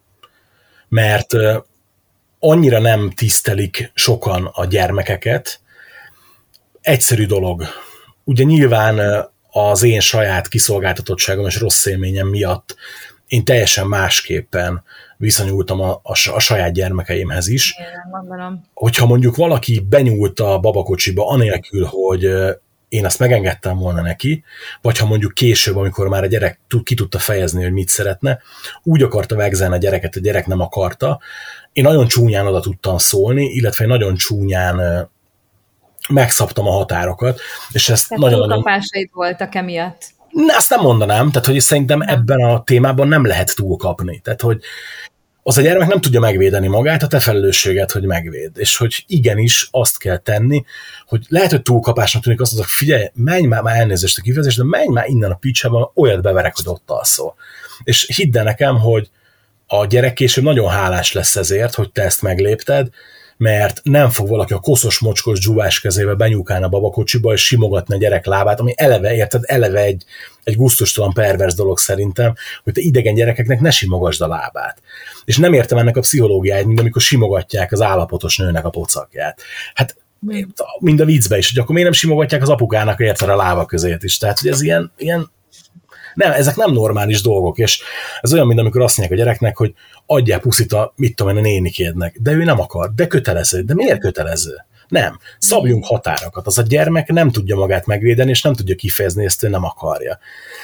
Mert annyira nem tisztelik sokan a gyermekeket, egyszerű dolog, ugye nyilván az én saját kiszolgáltatottságom és rossz élményem miatt én teljesen másképpen viszonyultam a, a, a saját gyermekeimhez is. Én Hogyha mondjuk valaki benyúlt a babakocsiba anélkül, hogy én azt megengedtem volna neki, vagy ha mondjuk később, amikor már a gyerek ki tudta fejezni, hogy mit szeretne, úgy akarta vegzelni a gyereket, a gyerek nem akarta, én nagyon csúnyán oda tudtam szólni, illetve nagyon csúnyán megszabtam a határokat, és ezt tehát nagyon... túlkapásaid voltak emiatt. Ne, azt nem mondanám, tehát hogy szerintem nem. Ebben a témában nem lehet túlkapni. Tehát, hogy az a gyermek nem tudja megvédeni magát, a te felelősséget, hogy megvéd. És hogy igenis azt kell tenni, hogy lehet, hogy túlkapásnak tűnik, azt mondok, figyelj, menj már, már elnézést a kifejezést, de menj már innen a picsában, olyat beverek, hogy ott alszol. És hidd el nekem, hogy a gyerek később nagyon hálás lesz ezért, hogy te ezt meglépted, mert nem fog valaki a koszos, mocskos dzsúvás kezével benyúkálni a babakocsiba, és simogatni a gyerek lábát, ami eleve, érted, eleve egy, egy gusztustalan, pervers dolog szerintem, hogy te idegen gyerekeknek ne simogasd a lábát. És nem értem ennek a pszichológiáját, mint amikor simogatják az állapotos nőnek a pocakját. Hát mind a viccbe is, hogy akkor miért nem simogatják az apukának érted a lába közét is. Tehát, hogy ez ilyen, ilyen nem, ezek nem normális dolgok, és ez olyan, mint amikor azt mondják a gyereknek, hogy adjál puszit a, mit tudom én, a nénikédnek, de ő nem akar, de kötelező, de miért kötelező? Nem, szabjunk határokat, az a gyermek nem tudja magát megvédeni, és nem tudja kifejezni, ezt ő nem akarja.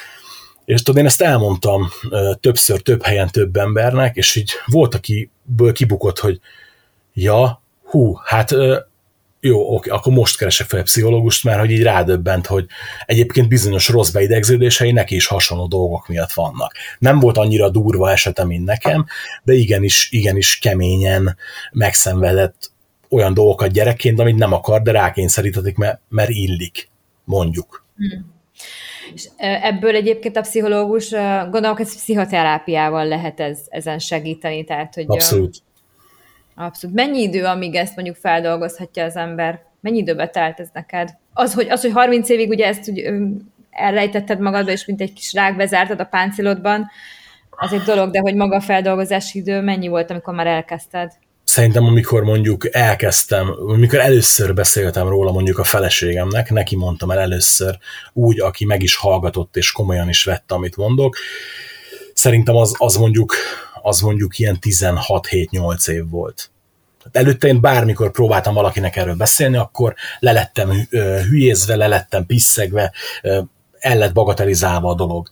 És tudod, én ezt elmondtam többször, több helyen, több embernek, és így volt, akiből kibukott, hogy ja, hú, hát jó, oké, akkor most keresek fel egy pszichológust, mert hogy így rádöbbent, hogy egyébként bizonyos rossz beidegződései neki is hasonló dolgok miatt vannak. Nem volt annyira durva esete, mint nekem, de igenis, igenis keményen megszenvedett olyan dolgokat gyerekként, amit nem akar, de rákényszerítetik, mert, mert illik, mondjuk. Hmm. És ebből egyébként a pszichológus, gondolom, hogy pszichoterápiával lehet ez, ezen segíteni. Tehát, hogy abszolút. Abszolút. Mennyi idő, amíg ezt mondjuk feldolgozhatja az ember? Mennyi időbe telt ez neked? Az, hogy, az, hogy harminc évig ugye ezt úgy, elrejtetted magadba, és mint egy kis rák bezártad a páncélodban, az egy dolog, de hogy maga a feldolgozási idő mennyi volt, amikor már elkezdted? Szerintem, amikor mondjuk elkezdtem, amikor először beszéltem róla mondjuk a feleségemnek, neki mondtam el először úgy, aki meg is hallgatott, és komolyan is vette, amit mondok, szerintem az, az mondjuk az mondjuk ilyen tizenhat-hét-nyolc év volt. Előtte én bármikor próbáltam valakinek erről beszélni, akkor lelettem hülyézve, lelettem pisszegve, el lett bagatelizálva a dolog.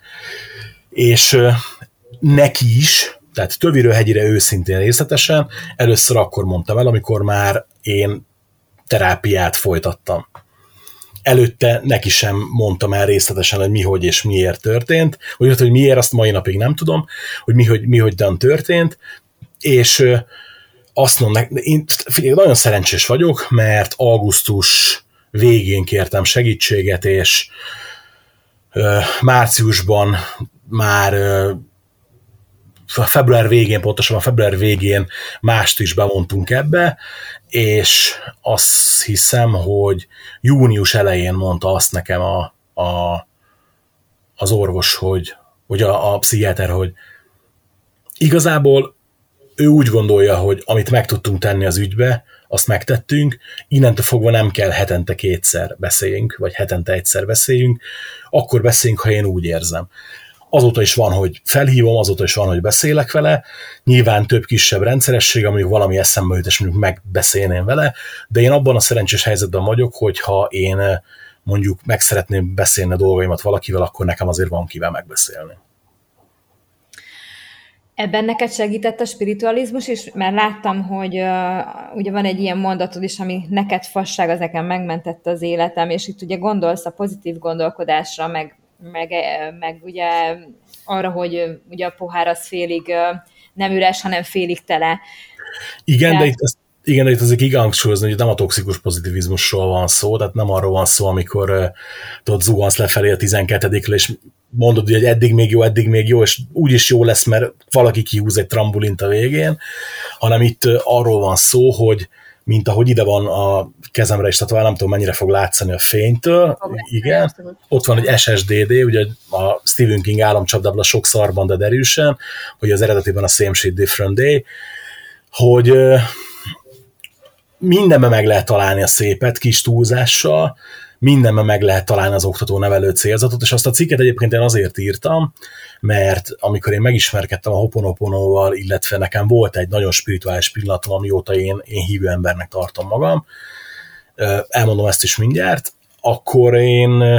És neki is, tehát töviről hegyire őszintén részletesen, először akkor mondtam el, amikor már én terápiát folytattam. Előtte neki sem mondtam el részletesen, hogy mi, hogy és miért történt, hogy, hogy miért, azt mai napig nem tudom, hogy mi, hogy, mi hogyan történt, és azt mondom, én figyelj, nagyon szerencsés vagyok, mert augusztus végén kértem segítséget, és márciusban már február végén, pontosabban február végén mást is bevontunk ebbe, és azt hiszem, hogy június elején mondta azt nekem a, a, az orvos, hogy, hogy a, a pszichiáter, hogy igazából ő úgy gondolja, hogy amit meg tudtunk tenni az ügybe, azt megtettünk, innentől fogva nem kell hetente kétszer beszéljünk, vagy hetente egyszer beszéljünk, akkor beszéljünk, ha én úgy érzem. Azóta is van, hogy felhívom, azóta is van, hogy beszélek vele, nyilván több kisebb rendszeresség, amíg valami eszembe jut, és mondjuk megbeszélném vele, de én abban a szerencsés helyzetben vagyok, hogyha én mondjuk meg szeretném beszélni a dolgaimat valakivel, akkor nekem azért van kivel megbeszélni. Ebben neked segített a spiritualizmus is? Mert láttam, hogy uh, ugye van egy ilyen mondatod is, ami neked fasság, az nekem megmentette az életem, és itt ugye gondolsz a pozitív gondolkodásra, meg, meg, meg ugye arra, hogy ugye a pohár az félig nem üres, hanem félig tele. Igen, tehát... de itt ezt Igen, de itt azért kihangsúlyozni, hogy nem a toxikus pozitivizmusról van szó, tehát nem arról van szó, amikor tudod, zuhansz lefelé a tizenkettedikről, és mondod, hogy eddig még jó, eddig még jó, és úgyis jó lesz, mert valaki kihúz egy trambulint a végén, hanem itt arról van szó, hogy mint ahogy ide van a kezemre is, tehát nem tudom, mennyire fog látszani a fénytől. Igen, ott van egy es es dé dé, ugye a Stephen King álomcsapdából a sok szarban, de derűsen, hogy az eredetiben a Same Shit Different Day, hogy mindenben meg lehet találni a szépet kis túlzással, mindenben meg lehet találni az oktató-nevelő célzatot, és azt a cikket egyébként én azért írtam, mert amikor én megismerkedtem a Ho'oponoponoval, illetve nekem volt egy nagyon spirituális pillanatom, amióta én, én hívő embernek tartom magam, elmondom ezt is mindjárt, akkor én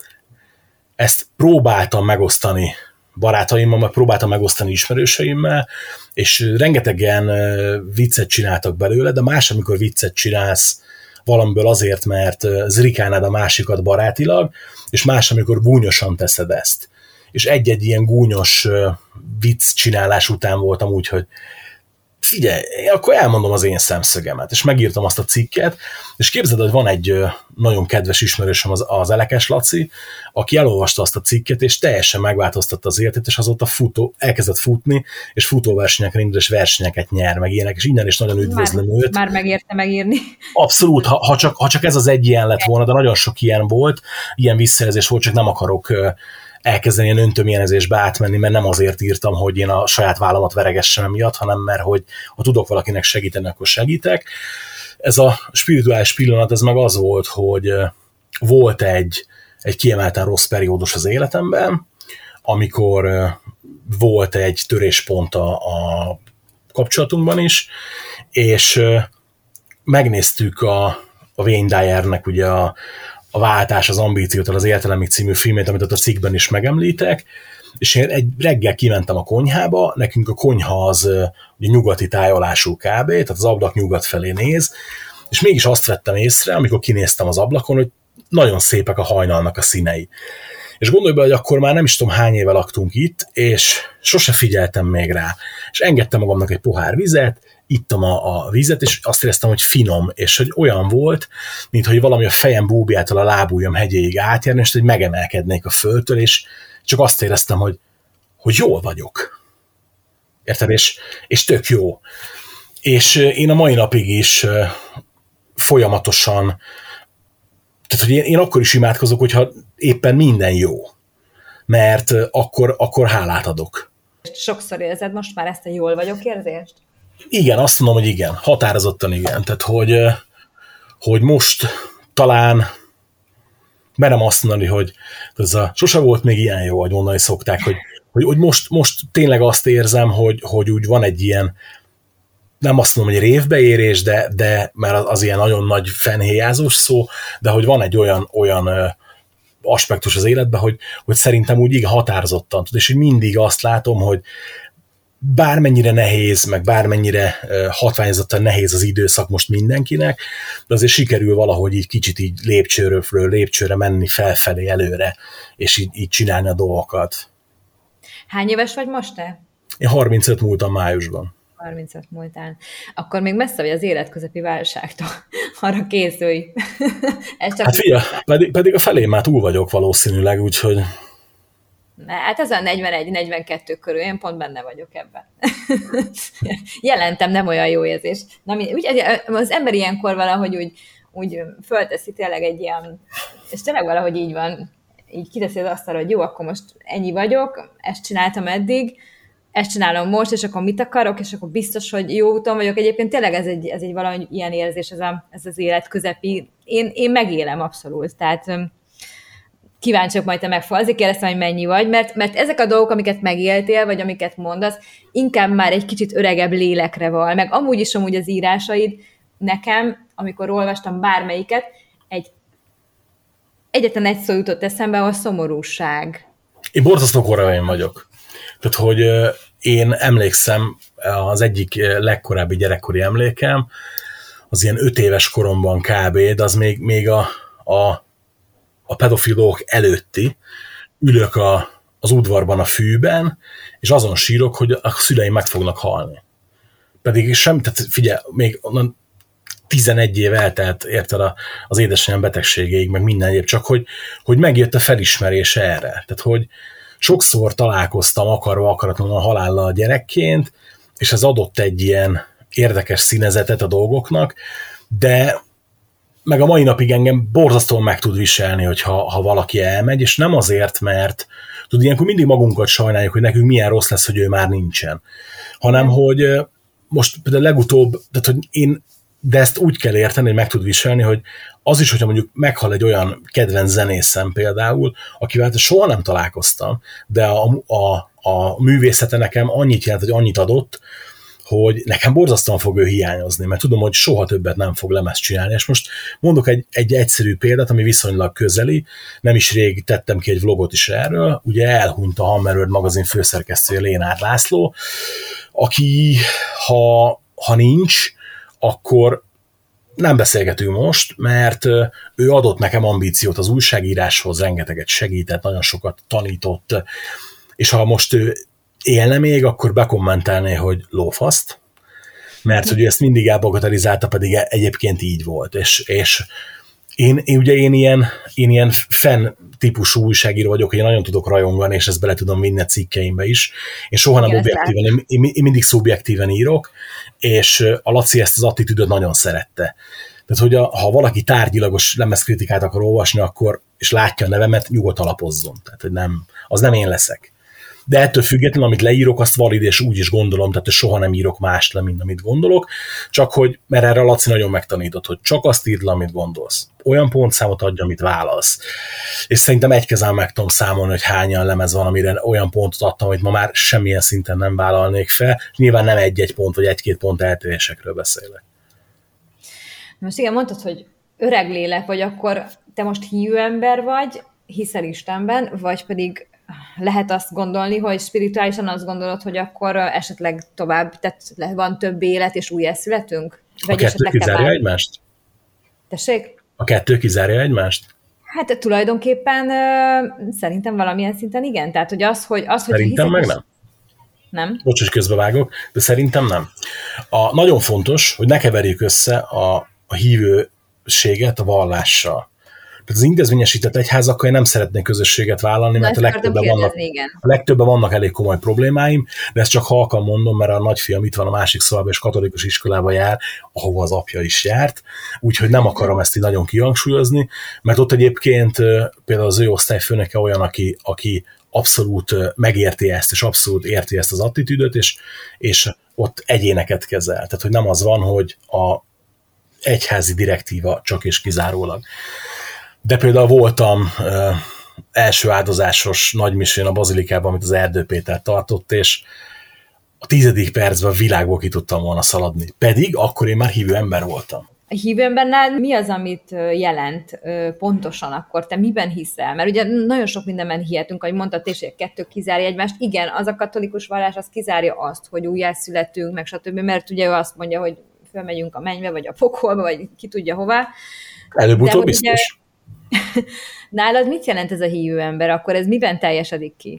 ezt próbáltam megosztani barátaimmal, meg próbáltam megosztani ismerőseimmel, és rengetegen viccet csináltak belőle, de más, amikor viccet csinálsz valamiből azért, mert zrikálnád a másikat barátilag, és más, amikor gúnyosan teszed ezt. És egy-egy ilyen gúnyos vicc csinálás után voltam úgy, hogy figyelj, akkor elmondom az én szemszögemet, és megírtam azt a cikket, és képzeld, hogy van egy nagyon kedves ismerősöm, az, az Elekes Laci, aki elolvasta azt a cikket, és teljesen megváltoztatta az életét, és azóta futó, elkezdett futni, és futóversenyeken indul, és versenyeket nyer, meg ilyenek, és innen is nagyon üdvözlöm már, őt. Már megérte megírni. Abszolút, ha, ha, csak, ha csak ez az egy ilyen lett volna, de nagyon sok ilyen volt, ilyen visszajelzés volt, csak nem akarok elkezdeni ilyen öntömjénezésbe átmenni, mert nem azért írtam, hogy én a saját vállamat veregessem miatt, hanem mert hogy ha tudok valakinek segíteni, akkor segítek. Ez a spirituális pillanat, ez meg az volt, hogy volt egy, egy kiemelten rossz periódus az életemben, amikor volt egy töréspont a, a kapcsolatunkban is, és megnéztük a, a Wayne Dyernek ugye a a Váltás az ambíciótól az értelemig című filmét, amit ott a cikkben is megemlítek, és én egy reggel kimentem a konyhába, nekünk a konyha az ugye nyugati tájolású kb, tehát az ablak nyugat felé néz, és mégis azt vettem észre, amikor kinéztem az ablakon, hogy nagyon szépek a hajnalnak a színei. És gondolj be, hogy akkor már nem is tudom hány éve laktunk itt, és sose figyeltem még rá. És engedtem magamnak egy pohár vizet, ittam a, a vízet, és azt éreztem, hogy finom, és hogy olyan volt, mint hogy valami a fejem búbjától a lábujjam hegyéig átjárni, és hogy megemelkednék a földtől, és csak azt éreztem, hogy, hogy jól vagyok. Érted? És, és tök jó. És én a mai napig is folyamatosan, tehát hogy én, én akkor is imádkozok, hogyha éppen minden jó. Mert akkor, akkor hálát adok. Sokszor érzed most már ezt a jól vagyok érzést? Igen, azt mondom, hogy igen. Határozottan igen. Tehát, hogy, hogy most talán merem azt mondani, hogy ez a, sose volt még ilyen jó, hogy mondani szokták, hogy, hogy, hogy most, most tényleg azt érzem, hogy, hogy úgy van egy ilyen, nem azt mondom, hogy révbeérés, de, de mert az, az ilyen nagyon nagy fenhéjázós szó, de hogy van egy olyan, olyan aspektus az életben, hogy, hogy szerintem úgy igen határozottan tud, és így mindig azt látom, hogy bármennyire nehéz, meg bármennyire hatványozottan nehéz az időszak most mindenkinek, de azért sikerül valahogy így kicsit így lépcsőről lépcsőre menni felfelé előre, és így, így csinálni a dolgokat. Hány éves vagy most te? Én harmincöt múltam májusban. harmincöt múltál. Akkor még messze vagy az életközepi válságtól. Arra készülj. Ez csak... Hát figyelj, pedig, pedig a felén már túl vagyok valószínűleg, úgyhogy... Hát ez a negyvenegy negyvenkettő körül, én pont benne vagyok ebben. Jelentem, nem olyan jó érzés. Na, úgy, az ember ilyenkor valahogy úgy, úgy fölteszi tényleg egy ilyen, és tényleg valahogy így van, így kiteszi az asztalra, hogy jó, akkor most ennyi vagyok, ezt csináltam eddig, ezt csinálom most, és akkor mit akarok, és akkor biztos, hogy jó úton vagyok. Egyébként tényleg ez egy, ez egy valahogy ilyen érzés, ez, a, ez az életközepi. Én, én megélem abszolút, tehát kíváncsiak majd te megfog. Azért kérdeztem, hogy mennyi vagy, mert, mert ezek a dolgok, amiket megéltél, vagy amiket mondasz, inkább már egy kicsit öregebb lélekre val. Meg amúgy is amúgy az írásaid nekem, amikor olvastam bármelyiket, egy egyetlen egy szó jutott eszembe, a szomorúság. Én borzasztó korai vagyok. Tehát, hogy én emlékszem, az egyik legkorábbi gyerekkori emlékem, az ilyen öt éves koromban kb., de az még, még a, a a pedofil dolgok előtti, ülök a, az udvarban a fűben, és azon sírok, hogy a szüleim meg fognak halni. Pedig sem, tehát figyelj, még onnan tizenegy év eltelt, érted, az édesanyám betegségéig, meg minden egyéb, csak hogy, hogy megjött a felismerés erre. Tehát, hogy sokszor találkoztam akarva akaratlanul a halállal gyerekként, és ez adott egy ilyen érdekes színezetet a dolgoknak, de meg a mai napig engem borzasztóan meg tud viselni, hogyha ha valaki elmegy, és nem azért, mert tud, ilyenkor mindig magunkat sajnáljuk, hogy nekünk milyen rossz lesz, hogy ő már nincsen. Hanem, hogy most például legutóbb, tehát, hogy én de ezt úgy kell érteni, hogy meg tud viselni, hogy az is, hogyha mondjuk meghal egy olyan kedvenc zenészem például, akivel soha nem találkoztam, de a, a, a művészete nekem annyit jelent, hogy annyit adott, hogy nekem borzasztóan fog ő hiányozni, mert tudom, hogy soha többet nem fog lemezt csinálni. És most mondok egy, egy egyszerű példát, ami viszonylag közeli, nem is rég tettem ki egy vlogot is erről, ugye elhunyt a Hammer World magazin főszerkesztője Lénár László, aki ha, ha nincs, akkor nem beszélgetünk most, mert ő adott nekem ambíciót az újságíráshoz, rengeteget segített, nagyon sokat tanított, és ha most ő élne még, akkor bekommentelné, hogy lófaszt, mert hogy ezt mindig elbagatelizálta, pedig egyébként így volt. És, és én, én ugye én ilyen, én ilyen fan típusú újságíró vagyok, hogy én nagyon tudok rajongani, és ezt bele tudom vinni a cikkeimbe is. Én soha nem objektíven, én, én, én mindig szubjektíven írok, és a Laci ezt az attitűdöt nagyon szerette. Tehát, hogy a, ha valaki tárgyilagos lemezkritikát akar olvasni, akkor, és látja a nevemet, nyugodt alapozzon. Tehát, hogy nem, az nem én leszek. De ettől függetlenül, amit leírok, azt valid, és úgy is gondolom, tehát soha nem írok mást le, mint amit gondolok, csak hogy, mert erre a Laci nagyon megtanított, hogy csak azt írd le, amit gondolsz. Olyan pontszámot adja, amit válasz. És szerintem egy kezen meg tudom számolni, hogy hányan lemez van, amire olyan pontot adtam, amit ma már semmilyen szinten nem vállalnék fel. Nyilván nem egy-egy pont, vagy egy-két pont eltérésekről beszélek. Most igen, mondtad, hogy öreg lélek vagy, akkor te most hívő ember vagy, hiszel Istenben, vagy pedig lehet azt gondolni, hogy spirituálisan azt gondolod, hogy akkor esetleg tovább, tehát van több élet, és újjászületünk? A kettő kizárja egymást? Tessék? A kettő kizárja egymást? Hát tulajdonképpen uh, szerintem valamilyen szinten igen. Tehát, hogy az, hogy... Az, hogy szerintem meg nem. Nem? Bocs, hogy közbevágok, de szerintem nem. A, nagyon fontos, hogy ne keverjük össze a, a hívőséget a vallással. Tehát az intézményesített egyházakkal én nem szeretnék közösséget vállalni, mert a legtöbben, vannak, a legtöbben vannak elég komoly problémáim, de ezt csak halkan mondom, mert a nagyfiam itt van a másik szobában, és katolikus iskolába jár, ahova az apja is járt, úgyhogy nem akarom ezt így nagyon kihangsúlyozni, mert ott egyébként például az ő osztályfőnöke olyan, aki, aki abszolút megérti ezt, és abszolút érti ezt az attitűdöt, és, és ott egyéneket kezel. Tehát, hogy nem az van, hogy a egyházi direktíva csak és kizárólag. De például voltam ö, első áldozásos nagymisén a bazilikában, amit az Erdő Péter tartott, és a tizedik percben világból ki tudtam volna szaladni. Pedig akkor én már hívő ember voltam. A hívő embernál mi az, amit jelent pontosan akkor? Te miben hiszel? Mert ugye nagyon sok mindenben hihetünk, ahogy mondtad, és hogy kettő kizárja egymást. Igen, az a katolikus vallás, az kizárja azt, hogy újjászületünk, meg stb. Mert ugye ő azt mondja, hogy fölmegyünk a mennybe, vagy a pokolba, vagy ki tudja hová. Előbb-utóbb biztos. Ugye, nálad mit jelent ez a hívő ember? Akkor ez miben teljesedik ki?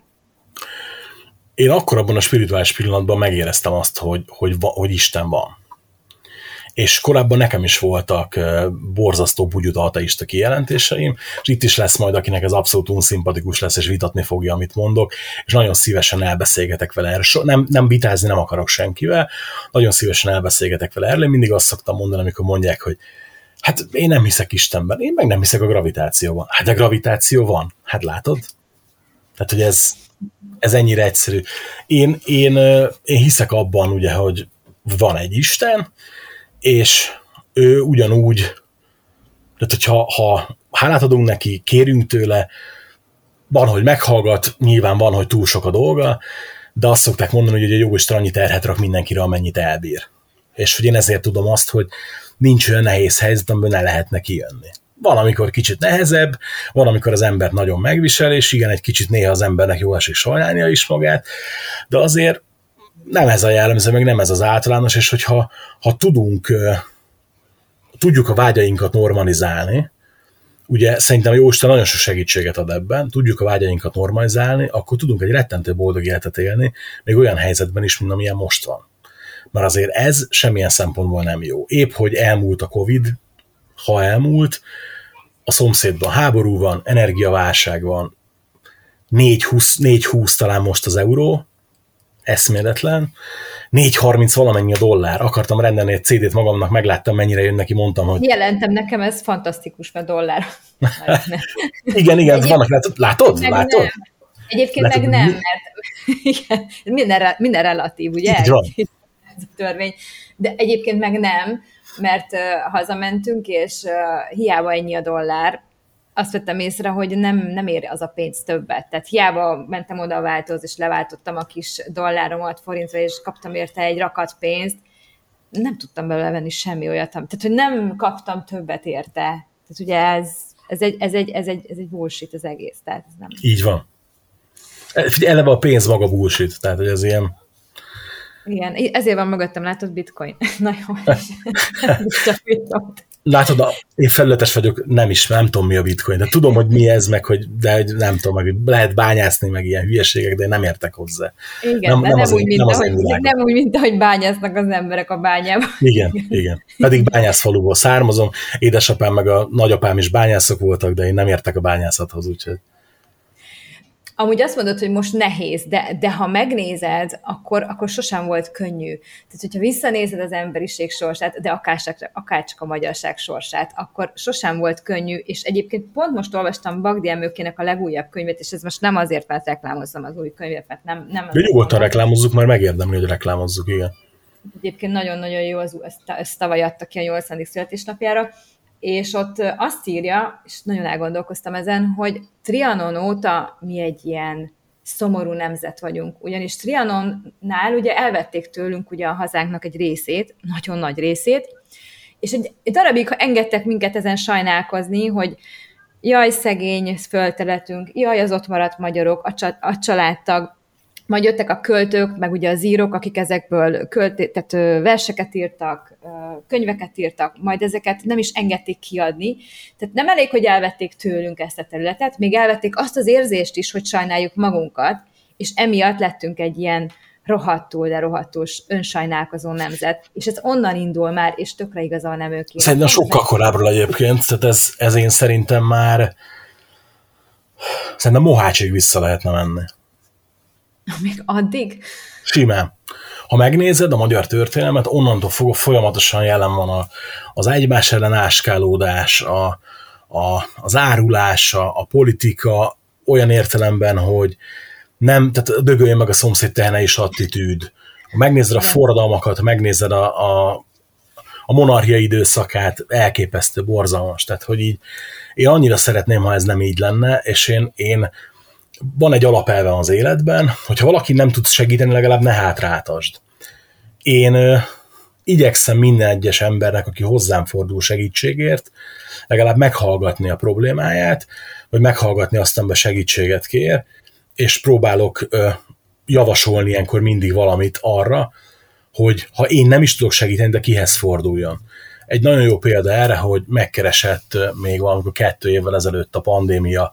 Én akkor abban a spirituális pillanatban megéreztem azt, hogy, hogy, hogy Isten van. És korábban nekem is voltak borzasztó bugyuta ateista kijelentéseim, és itt is lesz majd, akinek ez abszolút unszimpatikus lesz, és vitatni fogja, amit mondok, és nagyon szívesen elbeszélgetek vele erről. So, nem, nem vitázni nem akarok senkivel, nagyon szívesen elbeszélgetek vele erről. Én mindig azt szoktam mondani, amikor mondják, hogy hát én nem hiszek Istenben, én meg nem hiszek a gravitációban. Hát a gravitáció van, hát látod? Tehát, hogy ez, ez ennyire egyszerű. Én, én, én hiszek abban, ugye, hogy van egy Isten, és ő ugyanúgy, tehát hogyha ha hálát adunk neki, kérünk tőle, van, hogy meghallgat, nyilván van, hogy túl sok a dolga, de azt szokták mondani, hogy a jóisten annyi terhet rak mindenkire, amennyit elbír. És hogy én ezért tudom azt, hogy nincs olyan nehéz helyzet, amiből ne lehetne kijönni. Van, amikor kicsit nehezebb, van, amikor az embert nagyon megvisel, és igen, egy kicsit néha az embernek jól esik sajnálnia is magát, de azért nem ez a jellemző, meg nem ez az általános, és hogyha ha tudunk, tudjuk a vágyainkat normalizálni, ugye szerintem a Jóisten nagyon sok segítséget ad ebben, tudjuk a vágyainkat normalizálni, akkor tudunk egy rettentő boldog életet élni, még olyan helyzetben is, mint amilyen most van. Mert azért ez semmilyen szempontból nem jó. Épp, hogy elmúlt a Covid, ha elmúlt, a szomszédban háború van, energiaválság van, négy húsz talán most az euró, eszméletlen, négy harminc valamennyi a dollár. Akartam rendelni egy cé dét magamnak, megláttam, mennyire jön neki, mondtam, hogy... Jelentem nekem, ez fantasztikus, mert dollár. igen, igen, vannak, látod? Látod? látod? Nem. Egyébként látod, meg nem, mi? Mert igen, minden, minden relatív, ugye? Így van. ez a törvény, de egyébként meg nem, mert uh, hazamentünk, és uh, hiába ennyi a dollár, azt vettem észre, hogy nem, nem ér az a pénz többet. Tehát hiába mentem oda a váltóhoz, és leváltottam a kis dolláromat forintra, és kaptam érte egy rakat pénzt, nem tudtam belőle venni semmi olyat. Tehát, hogy nem kaptam többet érte. Tehát ugye ez, ez, egy, ez, egy, ez, egy, ez egy bullshit az egész. Tehát ez nem... Így van. Eleve a pénz maga bullshit, tehát hogy ez ilyen... Igen, ezért van mögöttem, látod, bitcoin. Na jó. Látod, én felületes vagyok, nem is, nem tudom, mi a bitcoin. De tudom, hogy mi ez, meg hogy, de nem tudom, meg lehet bányászni, meg ilyen hülyeségek, de én nem értek hozzá. Igen, nem, de nem, nem, úgy, mint nem, ahogy, nem úgy, mint ahogy bányásznak az emberek a bányában. Igen, igen. Pedig bányászfaluból származom, édesapám meg a nagyapám is bányászok voltak, de én nem értek a bányászathoz, úgyhogy... Amúgy azt mondod, hogy most nehéz, de, de ha megnézed, akkor, akkor sosem volt könnyű. Tehát, hogyha visszanézed az emberiség sorsát, de akárcsak, akárcsak a magyarság sorsát, akkor sosem volt könnyű, és egyébként pont most olvastam Bagdi Emőkének a legújabb könyvet, és ez most nem azért, mert reklámozzam az új könyvet, mert nem... nem de nyugodtan reklámozzuk, mert megérdemli, hogy reklámozzuk, igen. Egyébként nagyon-nagyon jó, az, ezt, ezt tavaly adta ki a nyolcvadik születésnapjára, és ott azt írja, és nagyon elgondolkoztam ezen, hogy Trianon óta mi egy ilyen szomorú nemzet vagyunk. Ugyanis Trianonnál ugye elvették tőlünk ugye a hazánknak egy részét, nagyon nagy részét, és egy, egy darabig engedtek minket ezen sajnálkozni, hogy jaj, szegény földterületünk, jaj, az ott maradt magyarok, a, csa, a családtag, majd jöttek a költők, meg ugye az írók, akik ezekből költ, tehát verseket írtak, könyveket írtak, majd ezeket nem is engedték kiadni. Tehát nem elég, hogy elvették tőlünk ezt a területet, még elvették azt az érzést is, hogy sajnáljuk magunkat, és emiatt lettünk egy ilyen rohadtul, de rohadtul önsajnálkozó nemzet. És ez onnan indul már, és tökre igazán nem ők. Szerintem sokkal korábbról egyébként, tehát ez, ez én szerintem már szerintem Mohácsig vissza lehetne menni. Még addig? Simán. Ha megnézed a magyar történelmet, onnantól fogva folyamatosan jelen van a, az egymás ellen áskálódás, a, a, az árulás, a, a politika olyan értelemben, hogy nem, tehát dögöljön meg a szomszéd tehene is attitűd. Ha megnézed a forradalmakat, megnézed a, a, a monarchia időszakát, elképesztő, borzalmas. Tehát, hogy így én annyira szeretném, ha ez nem így lenne, és én, én van egy alapelve az életben, hogyha valaki nem tud segíteni, legalább ne hátráltasd. Én ö, igyekszem minden egyes embernek, aki hozzám fordul segítségért, legalább meghallgatni a problémáját, vagy meghallgatni azt, amiben segítséget kér, és próbálok ö, javasolni ilyenkor mindig valamit arra, hogy ha én nem is tudok segíteni, de kihez forduljon. Egy nagyon jó példa erre, hogy megkeresett még valamikor kettő évvel ezelőtt a pandémia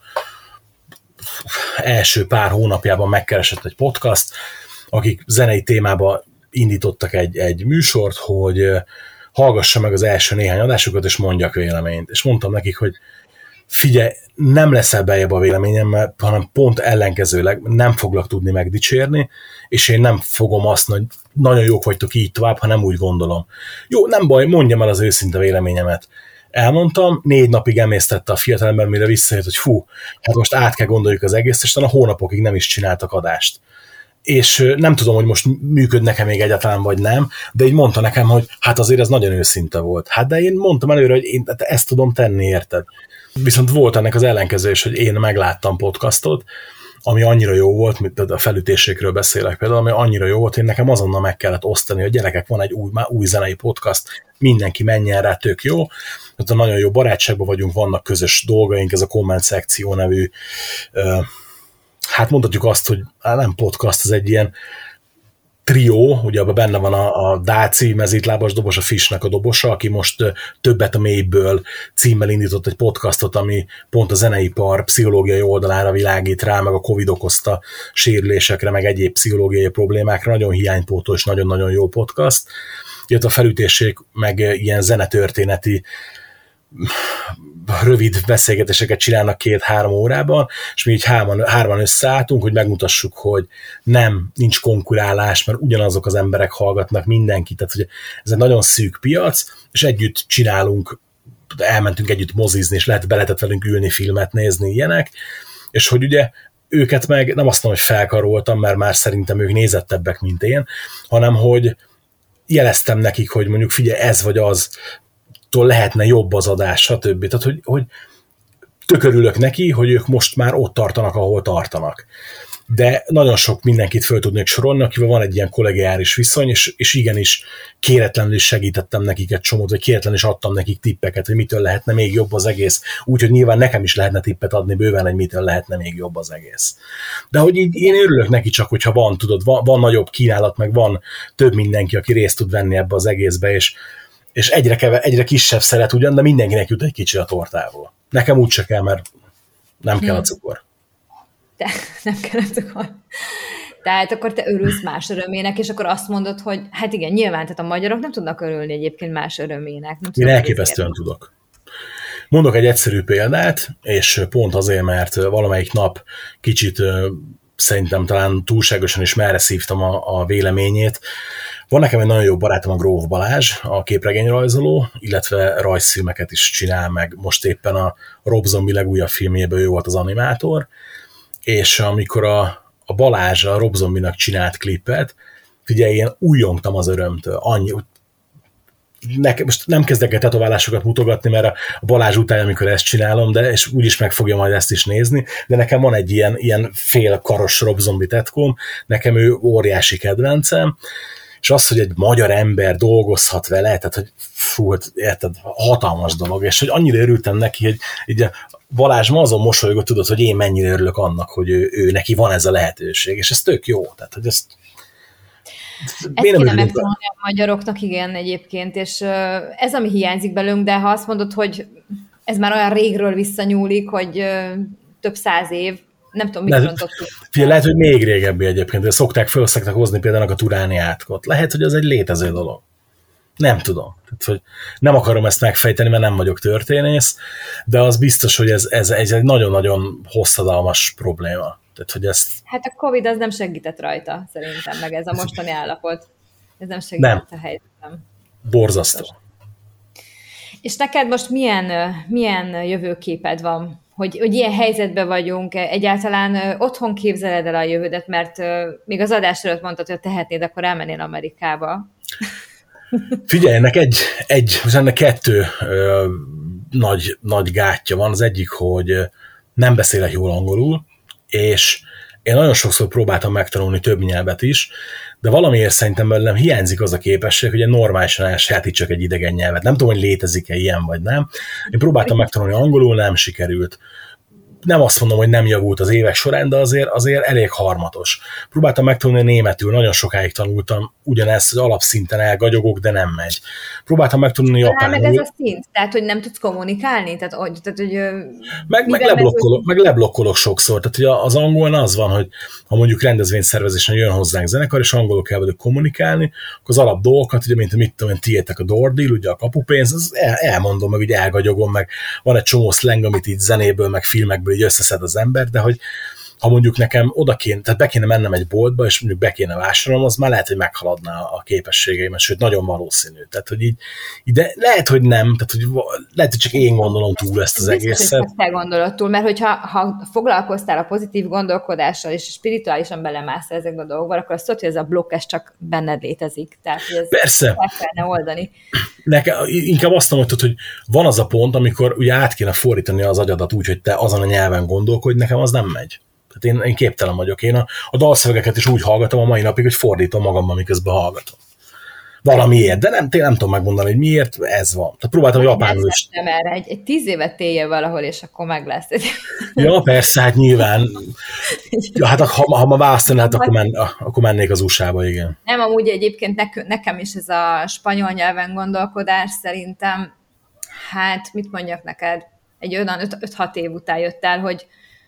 első pár hónapjában megkeresett egy podcast, akik zenei témában indítottak egy, egy műsort, hogy hallgassa meg az első néhány adásukat, és mondjak véleményt. És mondtam nekik, hogy figyelj, nem leszel beljebb a véleményemmel, hanem pont ellenkezőleg nem foglak tudni megdicsérni, és én nem fogom azt, hogy nagyon jók vagytok így tovább, ha nem úgy gondolom. Jó, nem baj, mondjam el az őszinte véleményemet. Elmondtam, négy napig emésztette a fiatalember, mire visszajött, hogy fú, hát most át kell gondoljuk az egész, és talán a hónapokig nem is csináltak adást. És nem tudom, hogy most működnek-e még egyáltalán, vagy nem, de így mondta nekem, hogy hát azért ez nagyon őszinte volt. Hát de én mondtam előre, hogy én ezt tudom tenni, érted? Viszont volt ennek az ellenkező is, hogy én megláttam podcastot, ami annyira jó volt, mint a felütésekről beszélek például, ami annyira jó volt, hogy nekem azonnal meg kellett osztani, hogy gyerekek, van egy új, új zenei podcast, mindenki menjen rá, tök jó. Tehát nagyon jó barátságban vagyunk, vannak közös dolgaink, ez a komment szekció nevű, hát mondhatjuk azt, hogy nem podcast, ez egy ilyen trió, ugye abban benne van a, a Dáci mezítlábas dobos, a Fishnek a dobosa, aki most Többet a mélyből címmel indított egy podcastot, ami pont a zeneipar pszichológiai oldalára világít rá, meg a Covid okozta sérülésekre, meg egyéb pszichológiai problémákra. Nagyon hiánypótol és nagyon-nagyon jó podcast. Illetve a felütések, meg ilyen zenetörténeti rövid beszélgetéseket csinálnak két-három órában, és mi így hárman, hárman összeálltunk, hogy megmutassuk, hogy nem, nincs konkurálás, mert ugyanazok az emberek hallgatnak mindenkit, tehát hogy ez egy nagyon szűk piac, és együtt csinálunk, elmentünk együtt mozizni, és lehet, be lehetett velünk ülni, filmet nézni, ilyenek, és hogy ugye őket meg nem azt mondom, hogy felkaroltam, mert már szerintem ők nézettebbek, mint én, hanem hogy jeleztem nekik, hogy mondjuk figyelj, ez vagy az, tól lehetne jobb az adás, stb. Tehát, hogy, hogy tök örülök neki, hogy ők most már ott tartanak, ahol tartanak. De nagyon sok mindenkit föl tudnék sorolni, akivel van egy ilyen kollegiális viszony, és, és igenis kéretlenül is segítettem nekik egy csomót, vagy kéretlenül is adtam nekik tippeket, hogy mitől lehetne még jobb az egész. Úgyhogy nyilván nekem is lehetne tippet adni bőven, hogy mitől lehetne még jobb az egész. De hogy így én örülök neki csak, hogyha van, tudod, van, van nagyobb kínálat, meg van több mindenki, aki részt tud venni ebbe az egészbe, és, és egyre, keve, egyre kisebb szeret ugyan, de mindenkinek jut egy kicsi a tortából. Nekem úgy se kell, mert nem kell a cukor. De nem kell a cukor. Tehát akkor te örülsz más örömének, és akkor azt mondod, hogy hát igen, nyilván, tehát a magyarok nem tudnak örülni egyébként más örömének. Nem Én elképesztően tudok. Mondok egy egyszerű példát, és pont azért, mert valamelyik nap kicsit szerintem talán túlságosan is merre szívtam a, a véleményét. Van nekem egy nagyon jó barátom, a Gróf Balázs, a képregényrajzoló, illetve rajzfilmeket is csinál, meg most éppen a Rob Zombie legújabb filmjében ő volt az animátor, és amikor a, a Balázs a Rob Zombie-nak csinált klipet, figyelj, én újjongtam az örömtől, annyi, nekem, most nem kezdek el tetoválásokat mutogatni, mert a Balázs utálja, amikor ezt csinálom, de és úgyis meg fogja majd ezt is nézni, de nekem van egy ilyen, ilyen fél karos Rob Zombie tetkóm, nekem ő óriási kedvencem, és az, hogy egy magyar ember dolgozhat vele, tehát, hogy fú, érted, hatalmas dolog, és hogy annyira örültem neki, hogy így Balázs ma azon mosolygott, tudod, hogy én mennyire örülök annak, hogy ő, ő neki van ez a lehetőség, és ez tök jó, tehát, hogy ezt Ezt kéne megtanulni a magyaroknak, igen, egyébként, és ez, ami hiányzik belőlünk, de ha azt mondod, hogy ez már olyan régről visszanyúlik, hogy több száz év, nem tudom, mit rontottuk. Lehet, hogy még régebbi egyébként, de szokták föl, szokták hozni például a turáni átkot. Lehet, hogy az egy létező dolog. Nem tudom. Tehát, hogy nem akarom ezt megfejteni, mert nem vagyok történész, de az biztos, hogy ez, ez, ez egy nagyon-nagyon hosszadalmas probléma. Tehát, hogy ezt... Hát a Covid az nem segített rajta, szerintem, meg ez a mostani állapot. Ez nem segített nem. a helyzetem. Borzasztó. És neked most milyen, milyen jövőképed van? Hogy, hogy ilyen helyzetben vagyunk, egyáltalán otthon képzeled el a jövődet, mert még az adás előtt mondtad, hogy tehetnéd, akkor elmennél Amerikába. Figyelj, ennek egy, egy most ennek kettő ö, nagy, nagy gátja van. Az egyik, hogy nem beszélek jól angolul, és én nagyon sokszor próbáltam megtanulni több nyelvet is, de valamiért szerintem belőlem hiányzik az a képesség, hogy egy normálisan elsajátítsak egy idegen nyelvet. Nem tudom, hogy létezik-e ilyen, vagy nem. Én próbáltam megtanulni angolul, nem sikerült. Nem azt mondom, hogy nem javult az évek során, de azért, azért elég harmatos. Próbáltam megtanulni németül, nagyon sokáig tanultam ugyanezt, hogy alapszinten elgagyogok, de nem megy. Próbáltam megtanulni japánul. Meg ez a szint, tehát hogy nem tudsz kommunikálni? Tehát, hogy, tehát, hogy, meg, meg, leblokkolok, meg leblokkolok sokszor. Tehát hogy az angolon az van, hogy ha mondjuk rendezvényszervezésen jön hozzánk zenekar, és angolul kell velük kommunikálni, akkor az alap dolgokat, ugye, mint mit tudom, tiétek a door deal, ugye a kapupénz, az el, elmondom, meg ugye elgagyogom, meg van egy csomó slang, amit így zenéből, meg filmekből így összeszed az ember, de hogy ha mondjuk nekem oda kéne, tehát be kéne mennem egy boltba, és mondjuk be kéne vásárolnom, az már lehet, hogy meghaladná a képességeimet, sőt, nagyon valószínű. Tehát, hogy így, de lehet, hogy nem, tehát, hogy lehet, hogy csak én gondolom túl ezt az biztos, egészet. Hogy te gondolod túl, mert hogyha ha foglalkoztál a pozitív gondolkodással, és spirituálisan belemász ezekbe a dolgokba, akkor azt tudod, hogy ez a blokk, ez csak benned létezik. Tehát, hogy ez persze. meg kellene oldani. Nekem, inkább azt mondtad, hogy van az a pont, amikor ugye át kéne fordítani az agyadat úgy, hogy te azon a nyelven gondolkodj, nekem az nem megy. Tehát én, én képtelen vagyok. Én a, a dalszövegeket is úgy hallgatom a mai napig, hogy fordítom magamban, miközben hallgatom. Valamiért, de nem, nem tudom megmondani, hogy miért ez van. Tehát próbáltam japánul is. Nem erre, egy, egy tíz évet élje valahol, és akkor meg lesz. Ja, persze, hát nyilván. Ja, hát ha, ha ma választanád, hát akkor, men, akkor mennék az u es á-ba, igen. Nem, amúgy egyébként nek, nekem is ez a spanyol nyelven gondolkodás szerintem, hát mit mondjak neked, egy olyan öt-hat év után jött el, hogy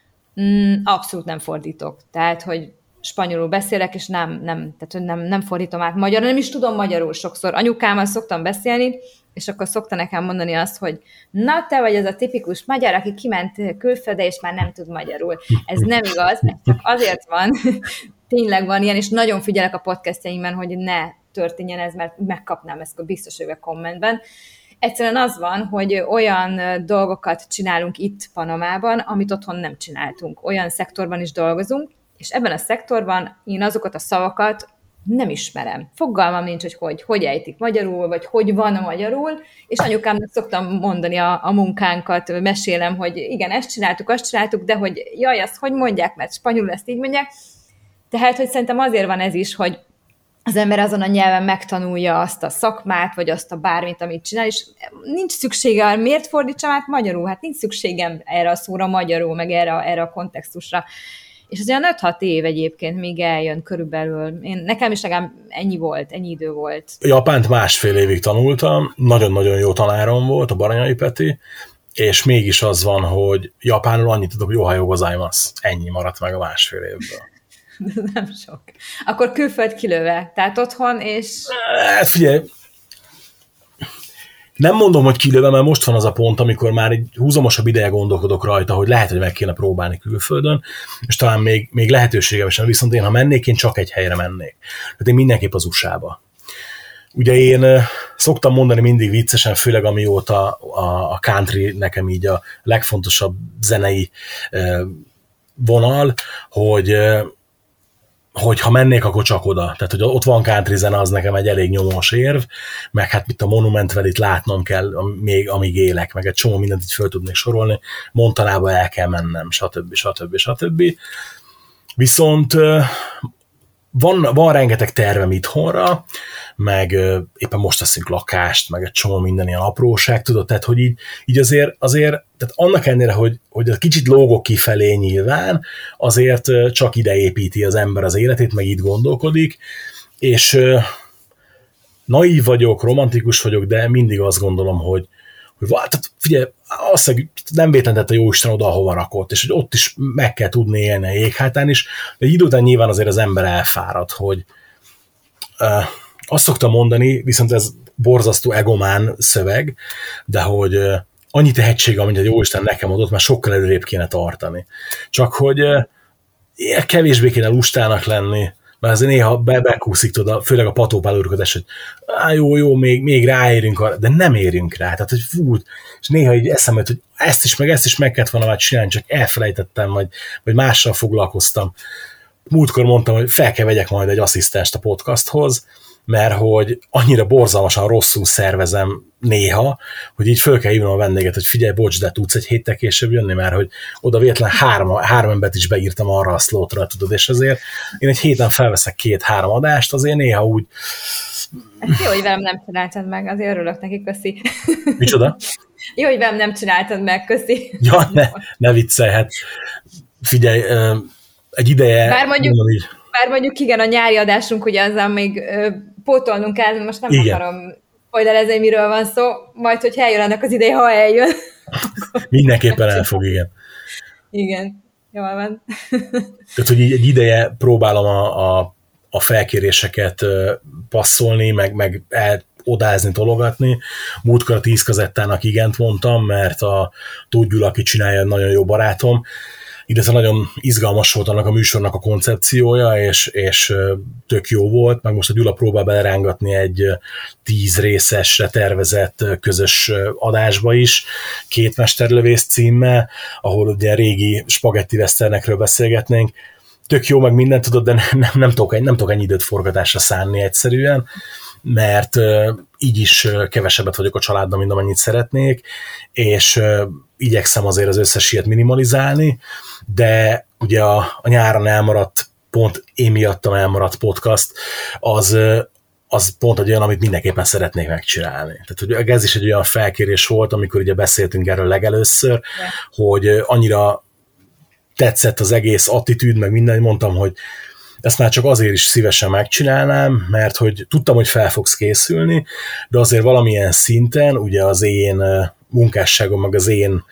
Mm, abszolút nem fordítok. Tehát, hogy spanyolul beszélek, és nem, nem, tehát, hogy nem, nem fordítom át magyarul, nem is tudom magyarul sokszor. Anyukámmal szoktam beszélni, és akkor szokta nekem mondani azt, hogy na, te vagy az a tipikus magyar, aki kiment külföldre, és már nem tud magyarul. Ez nem igaz, ez csak azért van, tényleg van ilyen, és nagyon figyelek a podcastjaimben, hogy ne történjen ez, mert megkapnám ezt biztos jövő kommentben. Egyszerűen az van, hogy olyan dolgokat csinálunk itt Panamában, amit otthon nem csináltunk. Olyan szektorban is dolgozunk, és ebben a szektorban én azokat a szavakat Nem ismerem. Fogalmam nincs, hogy hogy, hogy ejtik magyarul, vagy hogy van a magyarul, és anyukámnak szoktam mondani a, a munkánkat, mesélem, hogy igen, ezt csináltuk, azt csináltuk, de hogy jaj, azt hogy mondják, mert spanyolul ezt így mondják. Tehát, hogy szerintem azért van ez is, hogy az ember azon a nyelven megtanulja azt a szakmát, vagy azt a bármit, amit csinál, és nincs szüksége, miért fordítsam át magyarul? Hát nincs szükségem erre a szóra magyarul, meg erre, erre a kontextusra. És az olyan öt-hat év egyébként még eljön körülbelül. Én, nekem is legalább ennyi volt, ennyi idő volt. Japánt másfél évig tanultam, nagyon-nagyon jó tanárom volt, a Baranyai Peti, és mégis az van, hogy japánul annyit tudok, hogy ohayou gozaimasu. Ennyi maradt meg a másfél évből. Nem sok. Akkor külföld kilőve, tehát otthon, és... Hát figyelj, nem mondom, hogy kilőve, mert most van az a pont, amikor már egy húzamosabb ideje gondolkodok rajta, hogy lehet, hogy meg kéne próbálni külföldön, és talán még, még lehetőségem sem, viszont én, ha mennék, én csak egy helyre mennék. Tehát én mindenképp az u es á-ba. Ugye én szoktam mondani mindig viccesen, főleg amióta a, a country nekem így a legfontosabb zenei vonal, hogy hogy ha mennék, akkor csak oda. Tehát, hogy ott van country zene, az nekem egy elég nyomós érv, meg hát mit a Monument Valley-t látnom kell, még amíg élek, meg egy csomó mindent így föl tudnék sorolni, Montanába el kell mennem, stb. stb. stb. Viszont van, van rengeteg tervem itthonra, meg éppen most teszünk lakást, meg egy csomó minden ilyen apróság, tudod, tehát, hogy így, így azért, azért, tehát annak ellenére, hogy, hogy a kicsit lógok kifelé nyilván, azért csak ide építi az ember az életét, meg így gondolkodik, és naív vagyok, romantikus vagyok, de mindig azt gondolom, hogy, hogy tehát figyelj, azt mondja, nem véletlenül tett a Jóisten oda, ahova rakott, és hogy ott is meg kell tudni élni a jéghátán is, de egy idő után nyilván azért az ember elfárad, hogy uh, azt szoktam mondani, viszont ez borzasztó egomán szöveg, de hogy uh, annyi tehetség, amit a Jóisten nekem adott, már sokkal előrébb kéne tartani. Csak hogy uh, kevésbé kéne lustának lenni, mert azért néha be- bekúszik, tudod, főleg a patópálurkodás, hogy á, jó, jó, még, még ráérünk arra, de nem érünk rá. Tehát, hogy fú, és néha így eszembe jut, hogy ezt is, meg ezt is meg kellett volna már csinálni, csak elfelejtettem, vagy, vagy mással foglalkoztam. Múltkor mondtam, hogy fel kell vegyek majd egy asszisztenst a podcasthoz, mert hogy annyira borzalmasan rosszul szervezem néha, hogy így föl kell hívnom a vendéget, hogy figyelj, bocs, de tudsz egy héttel később jönni, mert hogy oda véletlen három, három embert is beírtam arra a slotra, tudod, és azért én egy héten felveszek két-három adást, azért néha úgy... Hát jó, hogy velem nem csináltad meg, azért örülök neki, köszi. Micsoda? Jó, hogy velem nem csináltad meg, köszi. Ja, ne, ne viccelj, hát figyelj, egy ideje... Bár mondjuk, bár mondjuk igen, a nyári adásunk, ugye azzal még ö, pótolnunk kell, most nem igen. akarom spoilerezni, miről van szó, majd, hogy eljön annak az ideje, ha eljön. Mindenképpen el fog, igen. Igen, jól van. Tehát, hogy így egy ideje próbálom a, a, a felkéréseket passzolni, meg, meg odázni, tologatni. Múltkor a tíz kazettának igent mondtam, mert a Tóth Gyula, aki csinálja, nagyon jó barátom, illetve nagyon izgalmas volt annak a műsornak a koncepciója, és, és tök jó volt, meg most a Gyula próbál belerángatni egy tíz részesre tervezett közös adásba is, Két mesterlövész címmel, ahol ugye régi spagetti westernekről beszélgetnénk. Tök jó, meg mindent tudod, de nem, nem, tudok, nem tudok ennyi időt forgatásra szánni egyszerűen, mert így is kevesebbet vagyok a családdal, mint amennyit szeretnék, és igyekszem azért az összes ilyet minimalizálni, de ugye a, a nyáron elmaradt, pont én miattam elmaradt podcast, az, az pont egy olyan, amit mindenképpen szeretnék megcsinálni. Tehát hogy ez is egy olyan felkérés volt, amikor ugye beszéltünk erről legelőször, de. hogy annyira tetszett az egész attitűd, meg minden, mondtam, hogy ezt már csak azért is szívesen megcsinálnám, mert hogy tudtam, hogy fel fogsz készülni, de azért valamilyen szinten, ugye az én munkásságom, meg az én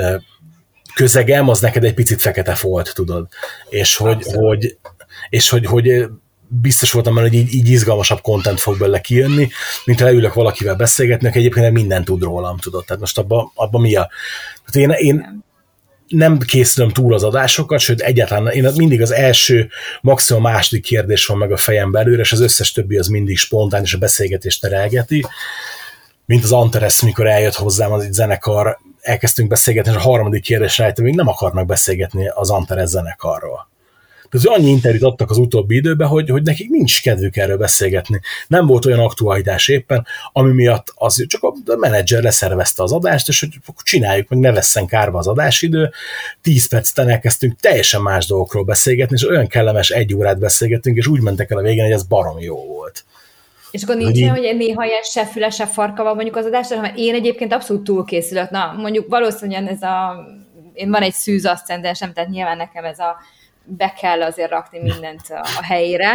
közegem, az neked egy picit fekete folt, tudod. És hogy, hogy, és hogy, hogy biztos voltam már, hogy így, így izgalmasabb content fog belőle kijönni, mint ha leülök valakivel beszélgetni, aki egyébként mindent tud rólam, tudod. Tehát most abban abba mi a... Én, én nem készülöm túl az adásokat, sőt egyáltalán én mindig az első, maximum második kérdés van meg a fejem belőle, és az összes többi az mindig spontán, és a beszélgetést terelgeti. Mint az Antares, amikor eljött hozzám az egy zenekar, elkezdtünk beszélgetni, és a harmadik kérdés rájöttem, még nem akarnak beszélgetni az Antares zenekarról. Tehát annyi interjút adtak az utóbbi időben, hogy, hogy nekik nincs kedvük erről beszélgetni. Nem volt olyan aktualitás éppen, ami miatt az, csak a menedzser leszervezte az adást, és hogy csináljuk, meg ne vesszen kárba az adásidő. Tíz perc után elkezdtünk teljesen más dolgokról beszélgetni, és olyan kellemes egy órát beszélgettünk, és úgy mentek el a végén, hogy ez baromi jó volt. És akkor nincs olyan, hogy néha ilyen se füle, se farka van mondjuk az adásra, hanem én egyébként abszolút túlkészülök. Na, mondjuk valószínűleg ez a... Én van egy szűz aszcendensem, tehát nyilván nekem ez a... Be kell azért rakni mindent a helyére,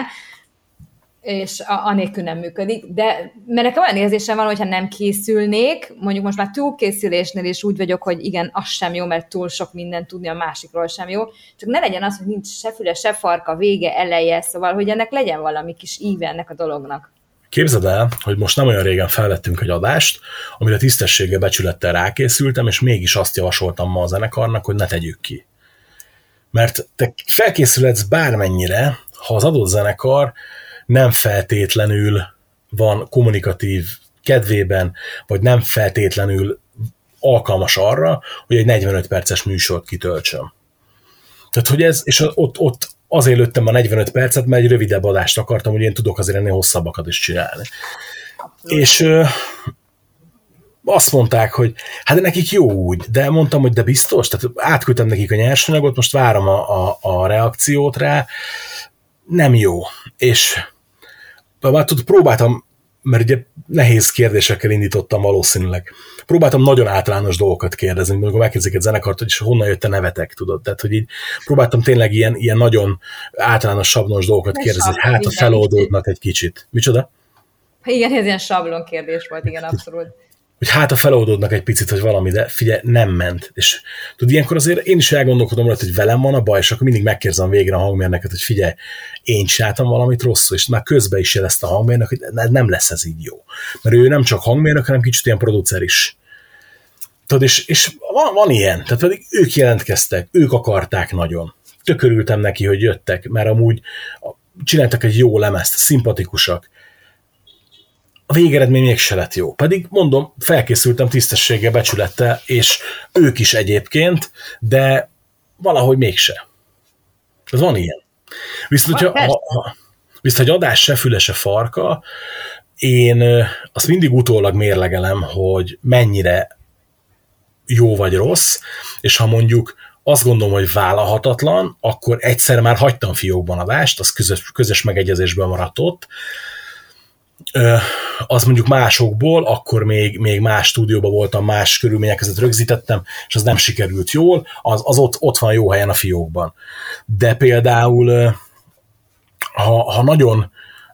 és anélkül nem működik. De mert nekem olyan érzésem van, hogyha nem készülnék, mondjuk most már túlkészülésnél is úgy vagyok, hogy igen, az sem jó, mert túl sok mindent tudni a másikról sem jó. Csak ne legyen az, hogy nincs se füle, se farka, vége, eleje, szóval, hogy ennek legyen valami kis íve ennek a dolognak. Képzeld el, hogy most nem olyan régen felvettünk egy adást, amire tisztességgel, becsülettel rákészültem, és mégis azt javasoltam ma a zenekarnak, hogy ne tegyük ki. Mert te felkészülhetsz bármennyire, ha az adott zenekar nem feltétlenül van kommunikatív kedvében, vagy nem feltétlenül alkalmas arra, hogy egy negyvenöt perces műsort kitöltsön. Tehát, hogy ez, és ott, ott azért lőttem a negyvenöt percet, mert egy rövidebb adást akartam, hogy én tudok azért ennél hosszabbakat is csinálni. Abszolút. És ö, azt mondták, hogy hát nekik jó úgy, de mondtam, hogy de biztos, tehát átküldtem nekik a nyersanyagot, most várom a, a, a reakciót rá, nem jó. És már tud, próbáltam, mert ugye nehéz kérdésekkel indítottam valószínűleg. Próbáltam nagyon általános dolgokat kérdezni, amikor megkérdezik egy zenekart, hogy honnan jött a nevetek, tudod? Tehát, hogy így próbáltam tényleg ilyen, ilyen nagyon általános sablonos dolgokat kérdezni, hogy hát a feloldódnak egy kicsit. Micsoda? Igen, ez ilyen sablon kérdés volt, igen, abszolút. Hogy hát a feloldódnak egy picit, hogy valami, de figyelj, nem ment. És tudod, ilyenkor azért én is elgondolkodom rajta, hogy velem van a baj, és akkor mindig megkérdezem végre a hangmérnököt, hogy figyelj, én csináltam valamit rosszul, és már közben is jelezte a hangmérnök, hogy nem lesz ez így jó. Mert ő nem csak hangmérnök, hanem kicsit ilyen producer is. Tudod, és, és van, van ilyen, tehát pedig ők jelentkeztek, ők akarták nagyon. Tök örültem neki, hogy jöttek, mert amúgy csináltak egy jó lemezt, szimpatikusak. A végeredmény mégse lett jó. Pedig mondom, felkészültem tisztességgel, becsülettel, és ők is egyébként, de valahogy mégse. Ez van ilyen. Viszont, hogyha ha, ha, viszont, hogy adás se füle, se farka, én azt mindig utólag mérlegelem, hogy mennyire jó vagy rossz, és ha mondjuk azt gondolom, hogy vállalhatatlan, akkor egyszer már hagytam fiókban adást, az közös, közös megegyezésben maradt ott, az mondjuk másokból, akkor még, még más stúdióban voltam, más körülmények között rögzítettem, és az nem sikerült jól, az, az ott, ott van jó helyen a fiókban. De például, ha, ha nagyon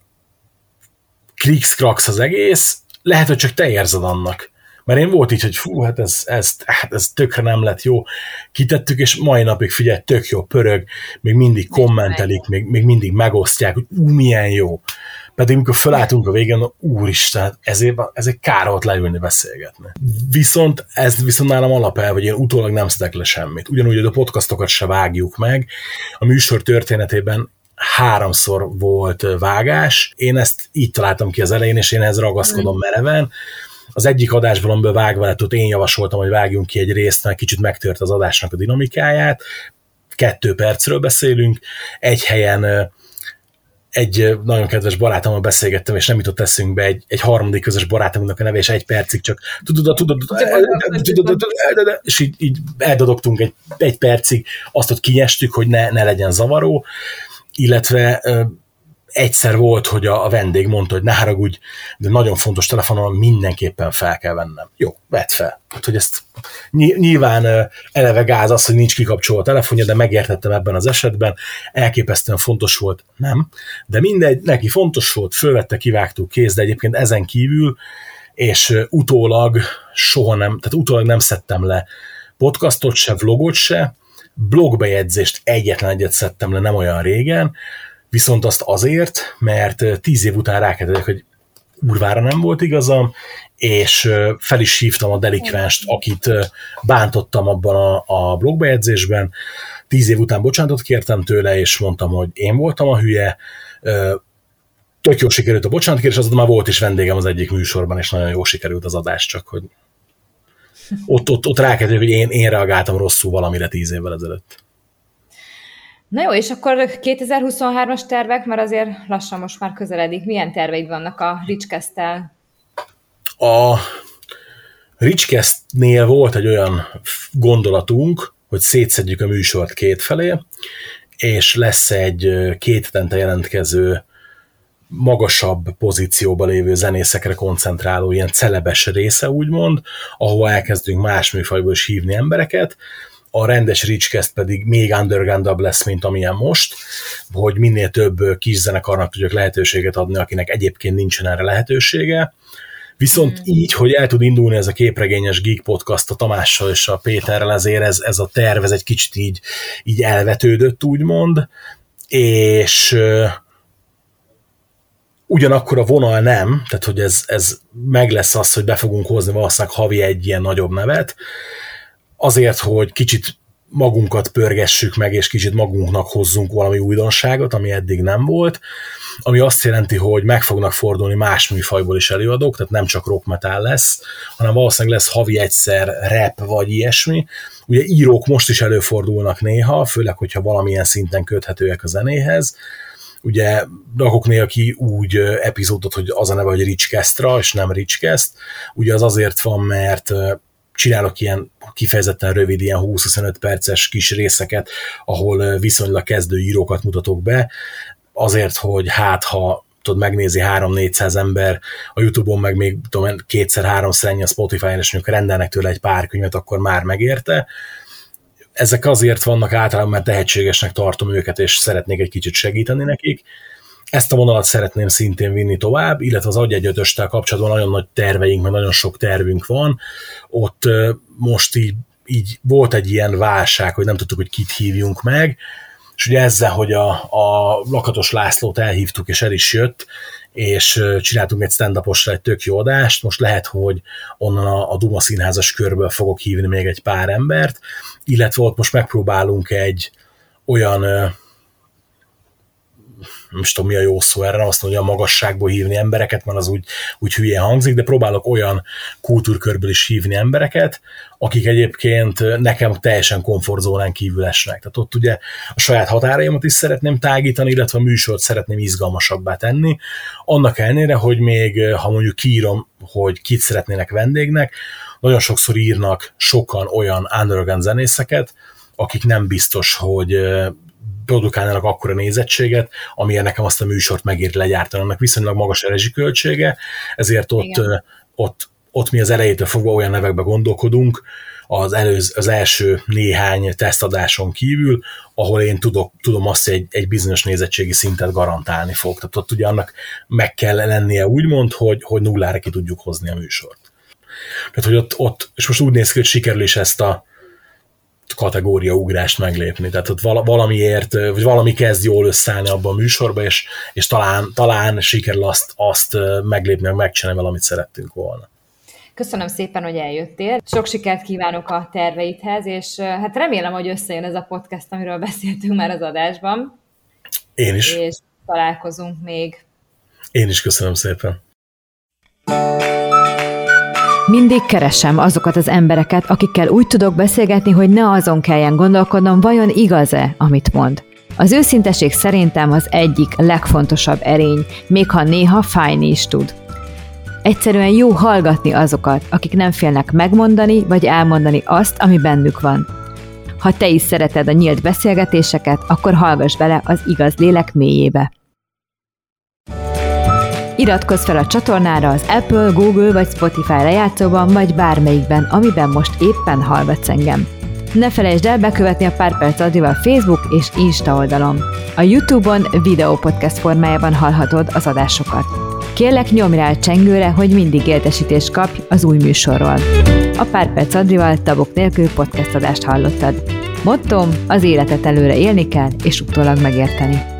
krikszkraksz az egész, lehet, hogy csak te érzed annak. Mert én volt így, hogy fú, hát ez, ez, hát ez tökre nem lett jó. Kitettük, és mai napig figyelj, tök jó, pörög, még mindig kommentelik, még, még mindig megosztják, hogy ú, milyen jó. Pedig amikor felálltunk a végén, úristen, ezért, ezért kár volt leülni, beszélgetni. Viszont ez viszont nálam alapelv, hogy én utólag nem szedek le semmit. Ugyanúgy, hogy a podcastokat se vágjuk meg. A műsor történetében háromszor volt vágás. Én ezt így találtam ki az elején, és én ehhez ragaszkodom mereven. Az egyik adásban, amiből vágva lett, ott én javasoltam, hogy vágjunk ki egy részt, mert kicsit megtört az adásnak a dinamikáját. Kettő percről beszélünk. Egy helyen egy nagyon kedves barátommal beszélgettem, és nem jutott eszünkbe egy, egy harmadik közös barátomnak a neve, és egy percig csak tudod, tudod, tudod, és így, így eldadogtunk egy, egy percig, azt ott kinyestük, hogy ne, ne legyen zavaró, illetve egyszer volt, hogy a, a vendég mondta, hogy ne haragudj, de nagyon fontos telefonon mindenképpen fel kell vennem. Jó, vedd fel. Hát, hogy ezt nyilván eleve gáz az, hogy nincs kikapcsolva a telefonja, de megértettem ebben az esetben, elképesztően fontos volt, nem, de mindegy, neki fontos volt, fölvette, kivágtuk, kész, de egyébként ezen kívül, és utólag soha nem, tehát utólag nem szedtem le podcastot se, vlogot se, blogbejegyzést egyetlen egyet szedtem le nem olyan régen, viszont azt azért, mert tíz év után rákezdek, hogy urvára nem volt igazam, és fel is hívtam a delikvenst, akit bántottam abban a, a blogbejegyzésben. Tíz év után bocsánatot kértem tőle, és mondtam, hogy én voltam a hülye. Tök jól sikerült a bocsánatkérés, azóta már volt is vendégem az egyik műsorban, és nagyon jól sikerült az adás, csak hogy ott, ott, ott rákezdek, hogy én, én reagáltam rosszul valamire tíz évvel ezelőtt. Na jó, és akkor kétezer-huszonhármas tervek, mert azért lassan most már közeledik. Milyen terveid vannak a Richcast-tel? A Richcast-nél volt egy olyan gondolatunk, hogy szétszedjük a műsort kétfelé, és lesz egy két hetente jelentkező, magasabb pozícióba lévő zenészekre koncentráló ilyen celebes része, úgymond, ahova elkezdünk más műfajból is hívni embereket. A rendes Richcast pedig még undergroundabb lesz, mint amilyen most, hogy minél több kis zenekarnak tudjuk lehetőséget adni, akinek egyébként nincsen erre lehetősége. Viszont hmm. így, hogy el tud indulni ez a képregényes Geek Podcast a Tamással és a Péterrel, ezért ez, ez a terv, ez egy kicsit így, így elvetődött, úgymond, és ugyanakkor a vonal nem, tehát hogy ez, ez meg lesz az, hogy be fogunk hozni valószínűleg havi egy ilyen nagyobb nevet, azért, hogy kicsit magunkat pörgessük meg, és kicsit magunknak hozzunk valami újdonságot, ami eddig nem volt, ami azt jelenti, hogy meg fognak fordulni más műfajból is előadók, tehát nem csak rock metal lesz, hanem valószínűleg lesz havi egyszer rap vagy ilyesmi. Ugye írók most is előfordulnak néha, főleg, hogyha valamilyen szinten köthetőek a zenéhez. Ugye rakok néha ki úgy epizódot, hogy az a neve, hogy Richcastra, és nem Richcast. Ugye az azért van, mert csinálok ilyen kifejezetten rövid, ilyen húsz-huszonöt perces kis részeket, ahol viszonylag kezdő írókat mutatok be, azért, hogy hát, ha tudod, megnézi három-négyszáz ember, a YouTube-on meg még tudom, kétszer-háromszor ennyi a Spotify-on, és mondjuk rendelnek tőle egy pár könyvet, akkor már megérte. Ezek azért vannak általában, mert tehetségesnek tartom őket, és szeretnék egy kicsit segíteni nekik. Ezt a vonalat szeretném szintén vinni tovább, illetve az Adj egy ötöstel kapcsolatban nagyon nagy terveink, mert nagyon sok tervünk van. Ott most így, így volt egy ilyen válság, hogy nem tudtuk, hogy kit hívjunk meg, és ugye ezzel, hogy a, a Lakatos Lászlót elhívtuk, és el is jött, és csináltunk egy stand-uposra egy tök jó adást, most lehet, hogy onnan a, a Duma Színházas körből fogok hívni még egy pár embert, illetve ott most megpróbálunk egy olyan, nem tudom mi a jó szó erre, nem azt mondja, a magasságból hívni embereket, mert az úgy, úgy hülyén hangzik, de próbálok olyan kultúrkörből is hívni embereket, akik egyébként nekem teljesen komfortzónán kívül esnek. Tehát ott ugye a saját határaimat is szeretném tágítani, illetve a műsort szeretném izgalmasabbá tenni. Annak ellenére, hogy még ha mondjuk kiírom, hogy kit szeretnének vendégnek, nagyon sokszor írnak sokan olyan underground zenészeket, akik nem biztos, hogy produkálnának akkora nézettséget, amilyen nekem azt a műsort megér legyártani. Annak viszonylag magas a rezsiköltsége, ezért ott, ott, ott mi az elejétől fogva olyan nevekbe gondolkodunk, az, előz, az első néhány tesztadáson kívül, ahol én tudok, tudom azt, hogy egy, egy bizonyos nézettségi szintet garantálni fog. Tehát ott ugye annak meg kell lennie úgymond, hogy, hogy nullára ki tudjuk hozni a műsort. Tehát, hogy ott, ott, és most úgy néz ki, hogy sikerül is ezt a kategóriaugrást meglépni. Tehát ott valamiért, vagy valami kezd jól összeállni abban a műsorban, és, és talán, talán sikerül azt, azt meglépni, meg megcsinálni valamit szerettünk volna. Köszönöm szépen, hogy eljöttél. Sok sikert kívánok a terveidhez, és hát remélem, hogy összejön ez a podcast, amiről beszéltünk már az adásban. Én is. És találkozunk még. Én is köszönöm szépen. Mindig keresem azokat az embereket, akikkel úgy tudok beszélgetni, hogy ne azon kelljen gondolkodnom, vajon igaz-e, amit mond. Az őszinteség szerintem az egyik legfontosabb erény, még ha néha fájni is tud. Egyszerűen jó hallgatni azokat, akik nem félnek megmondani vagy elmondani azt, ami bennük van. Ha te is szereted a nyílt beszélgetéseket, akkor hallgass bele az igaz lélek mélyébe. Iratkozz fel a csatornára az Apple, Google vagy Spotify lejátszóban, vagy bármelyikben, amiben most éppen hallgatsz engem. Ne felejtsd el bekövetni a Pár Perc Adrival Facebook és Insta oldalon. A YouTube-on videópodcast formájában hallhatod az adásokat. Kérlek, nyomj rá a csengőre, hogy mindig értesítést kapj az új műsorról. A Pár Perc Adrival tabok nélkül podcast adást hallottad. Mottom, az életet előre élni kell, és utólag megérteni.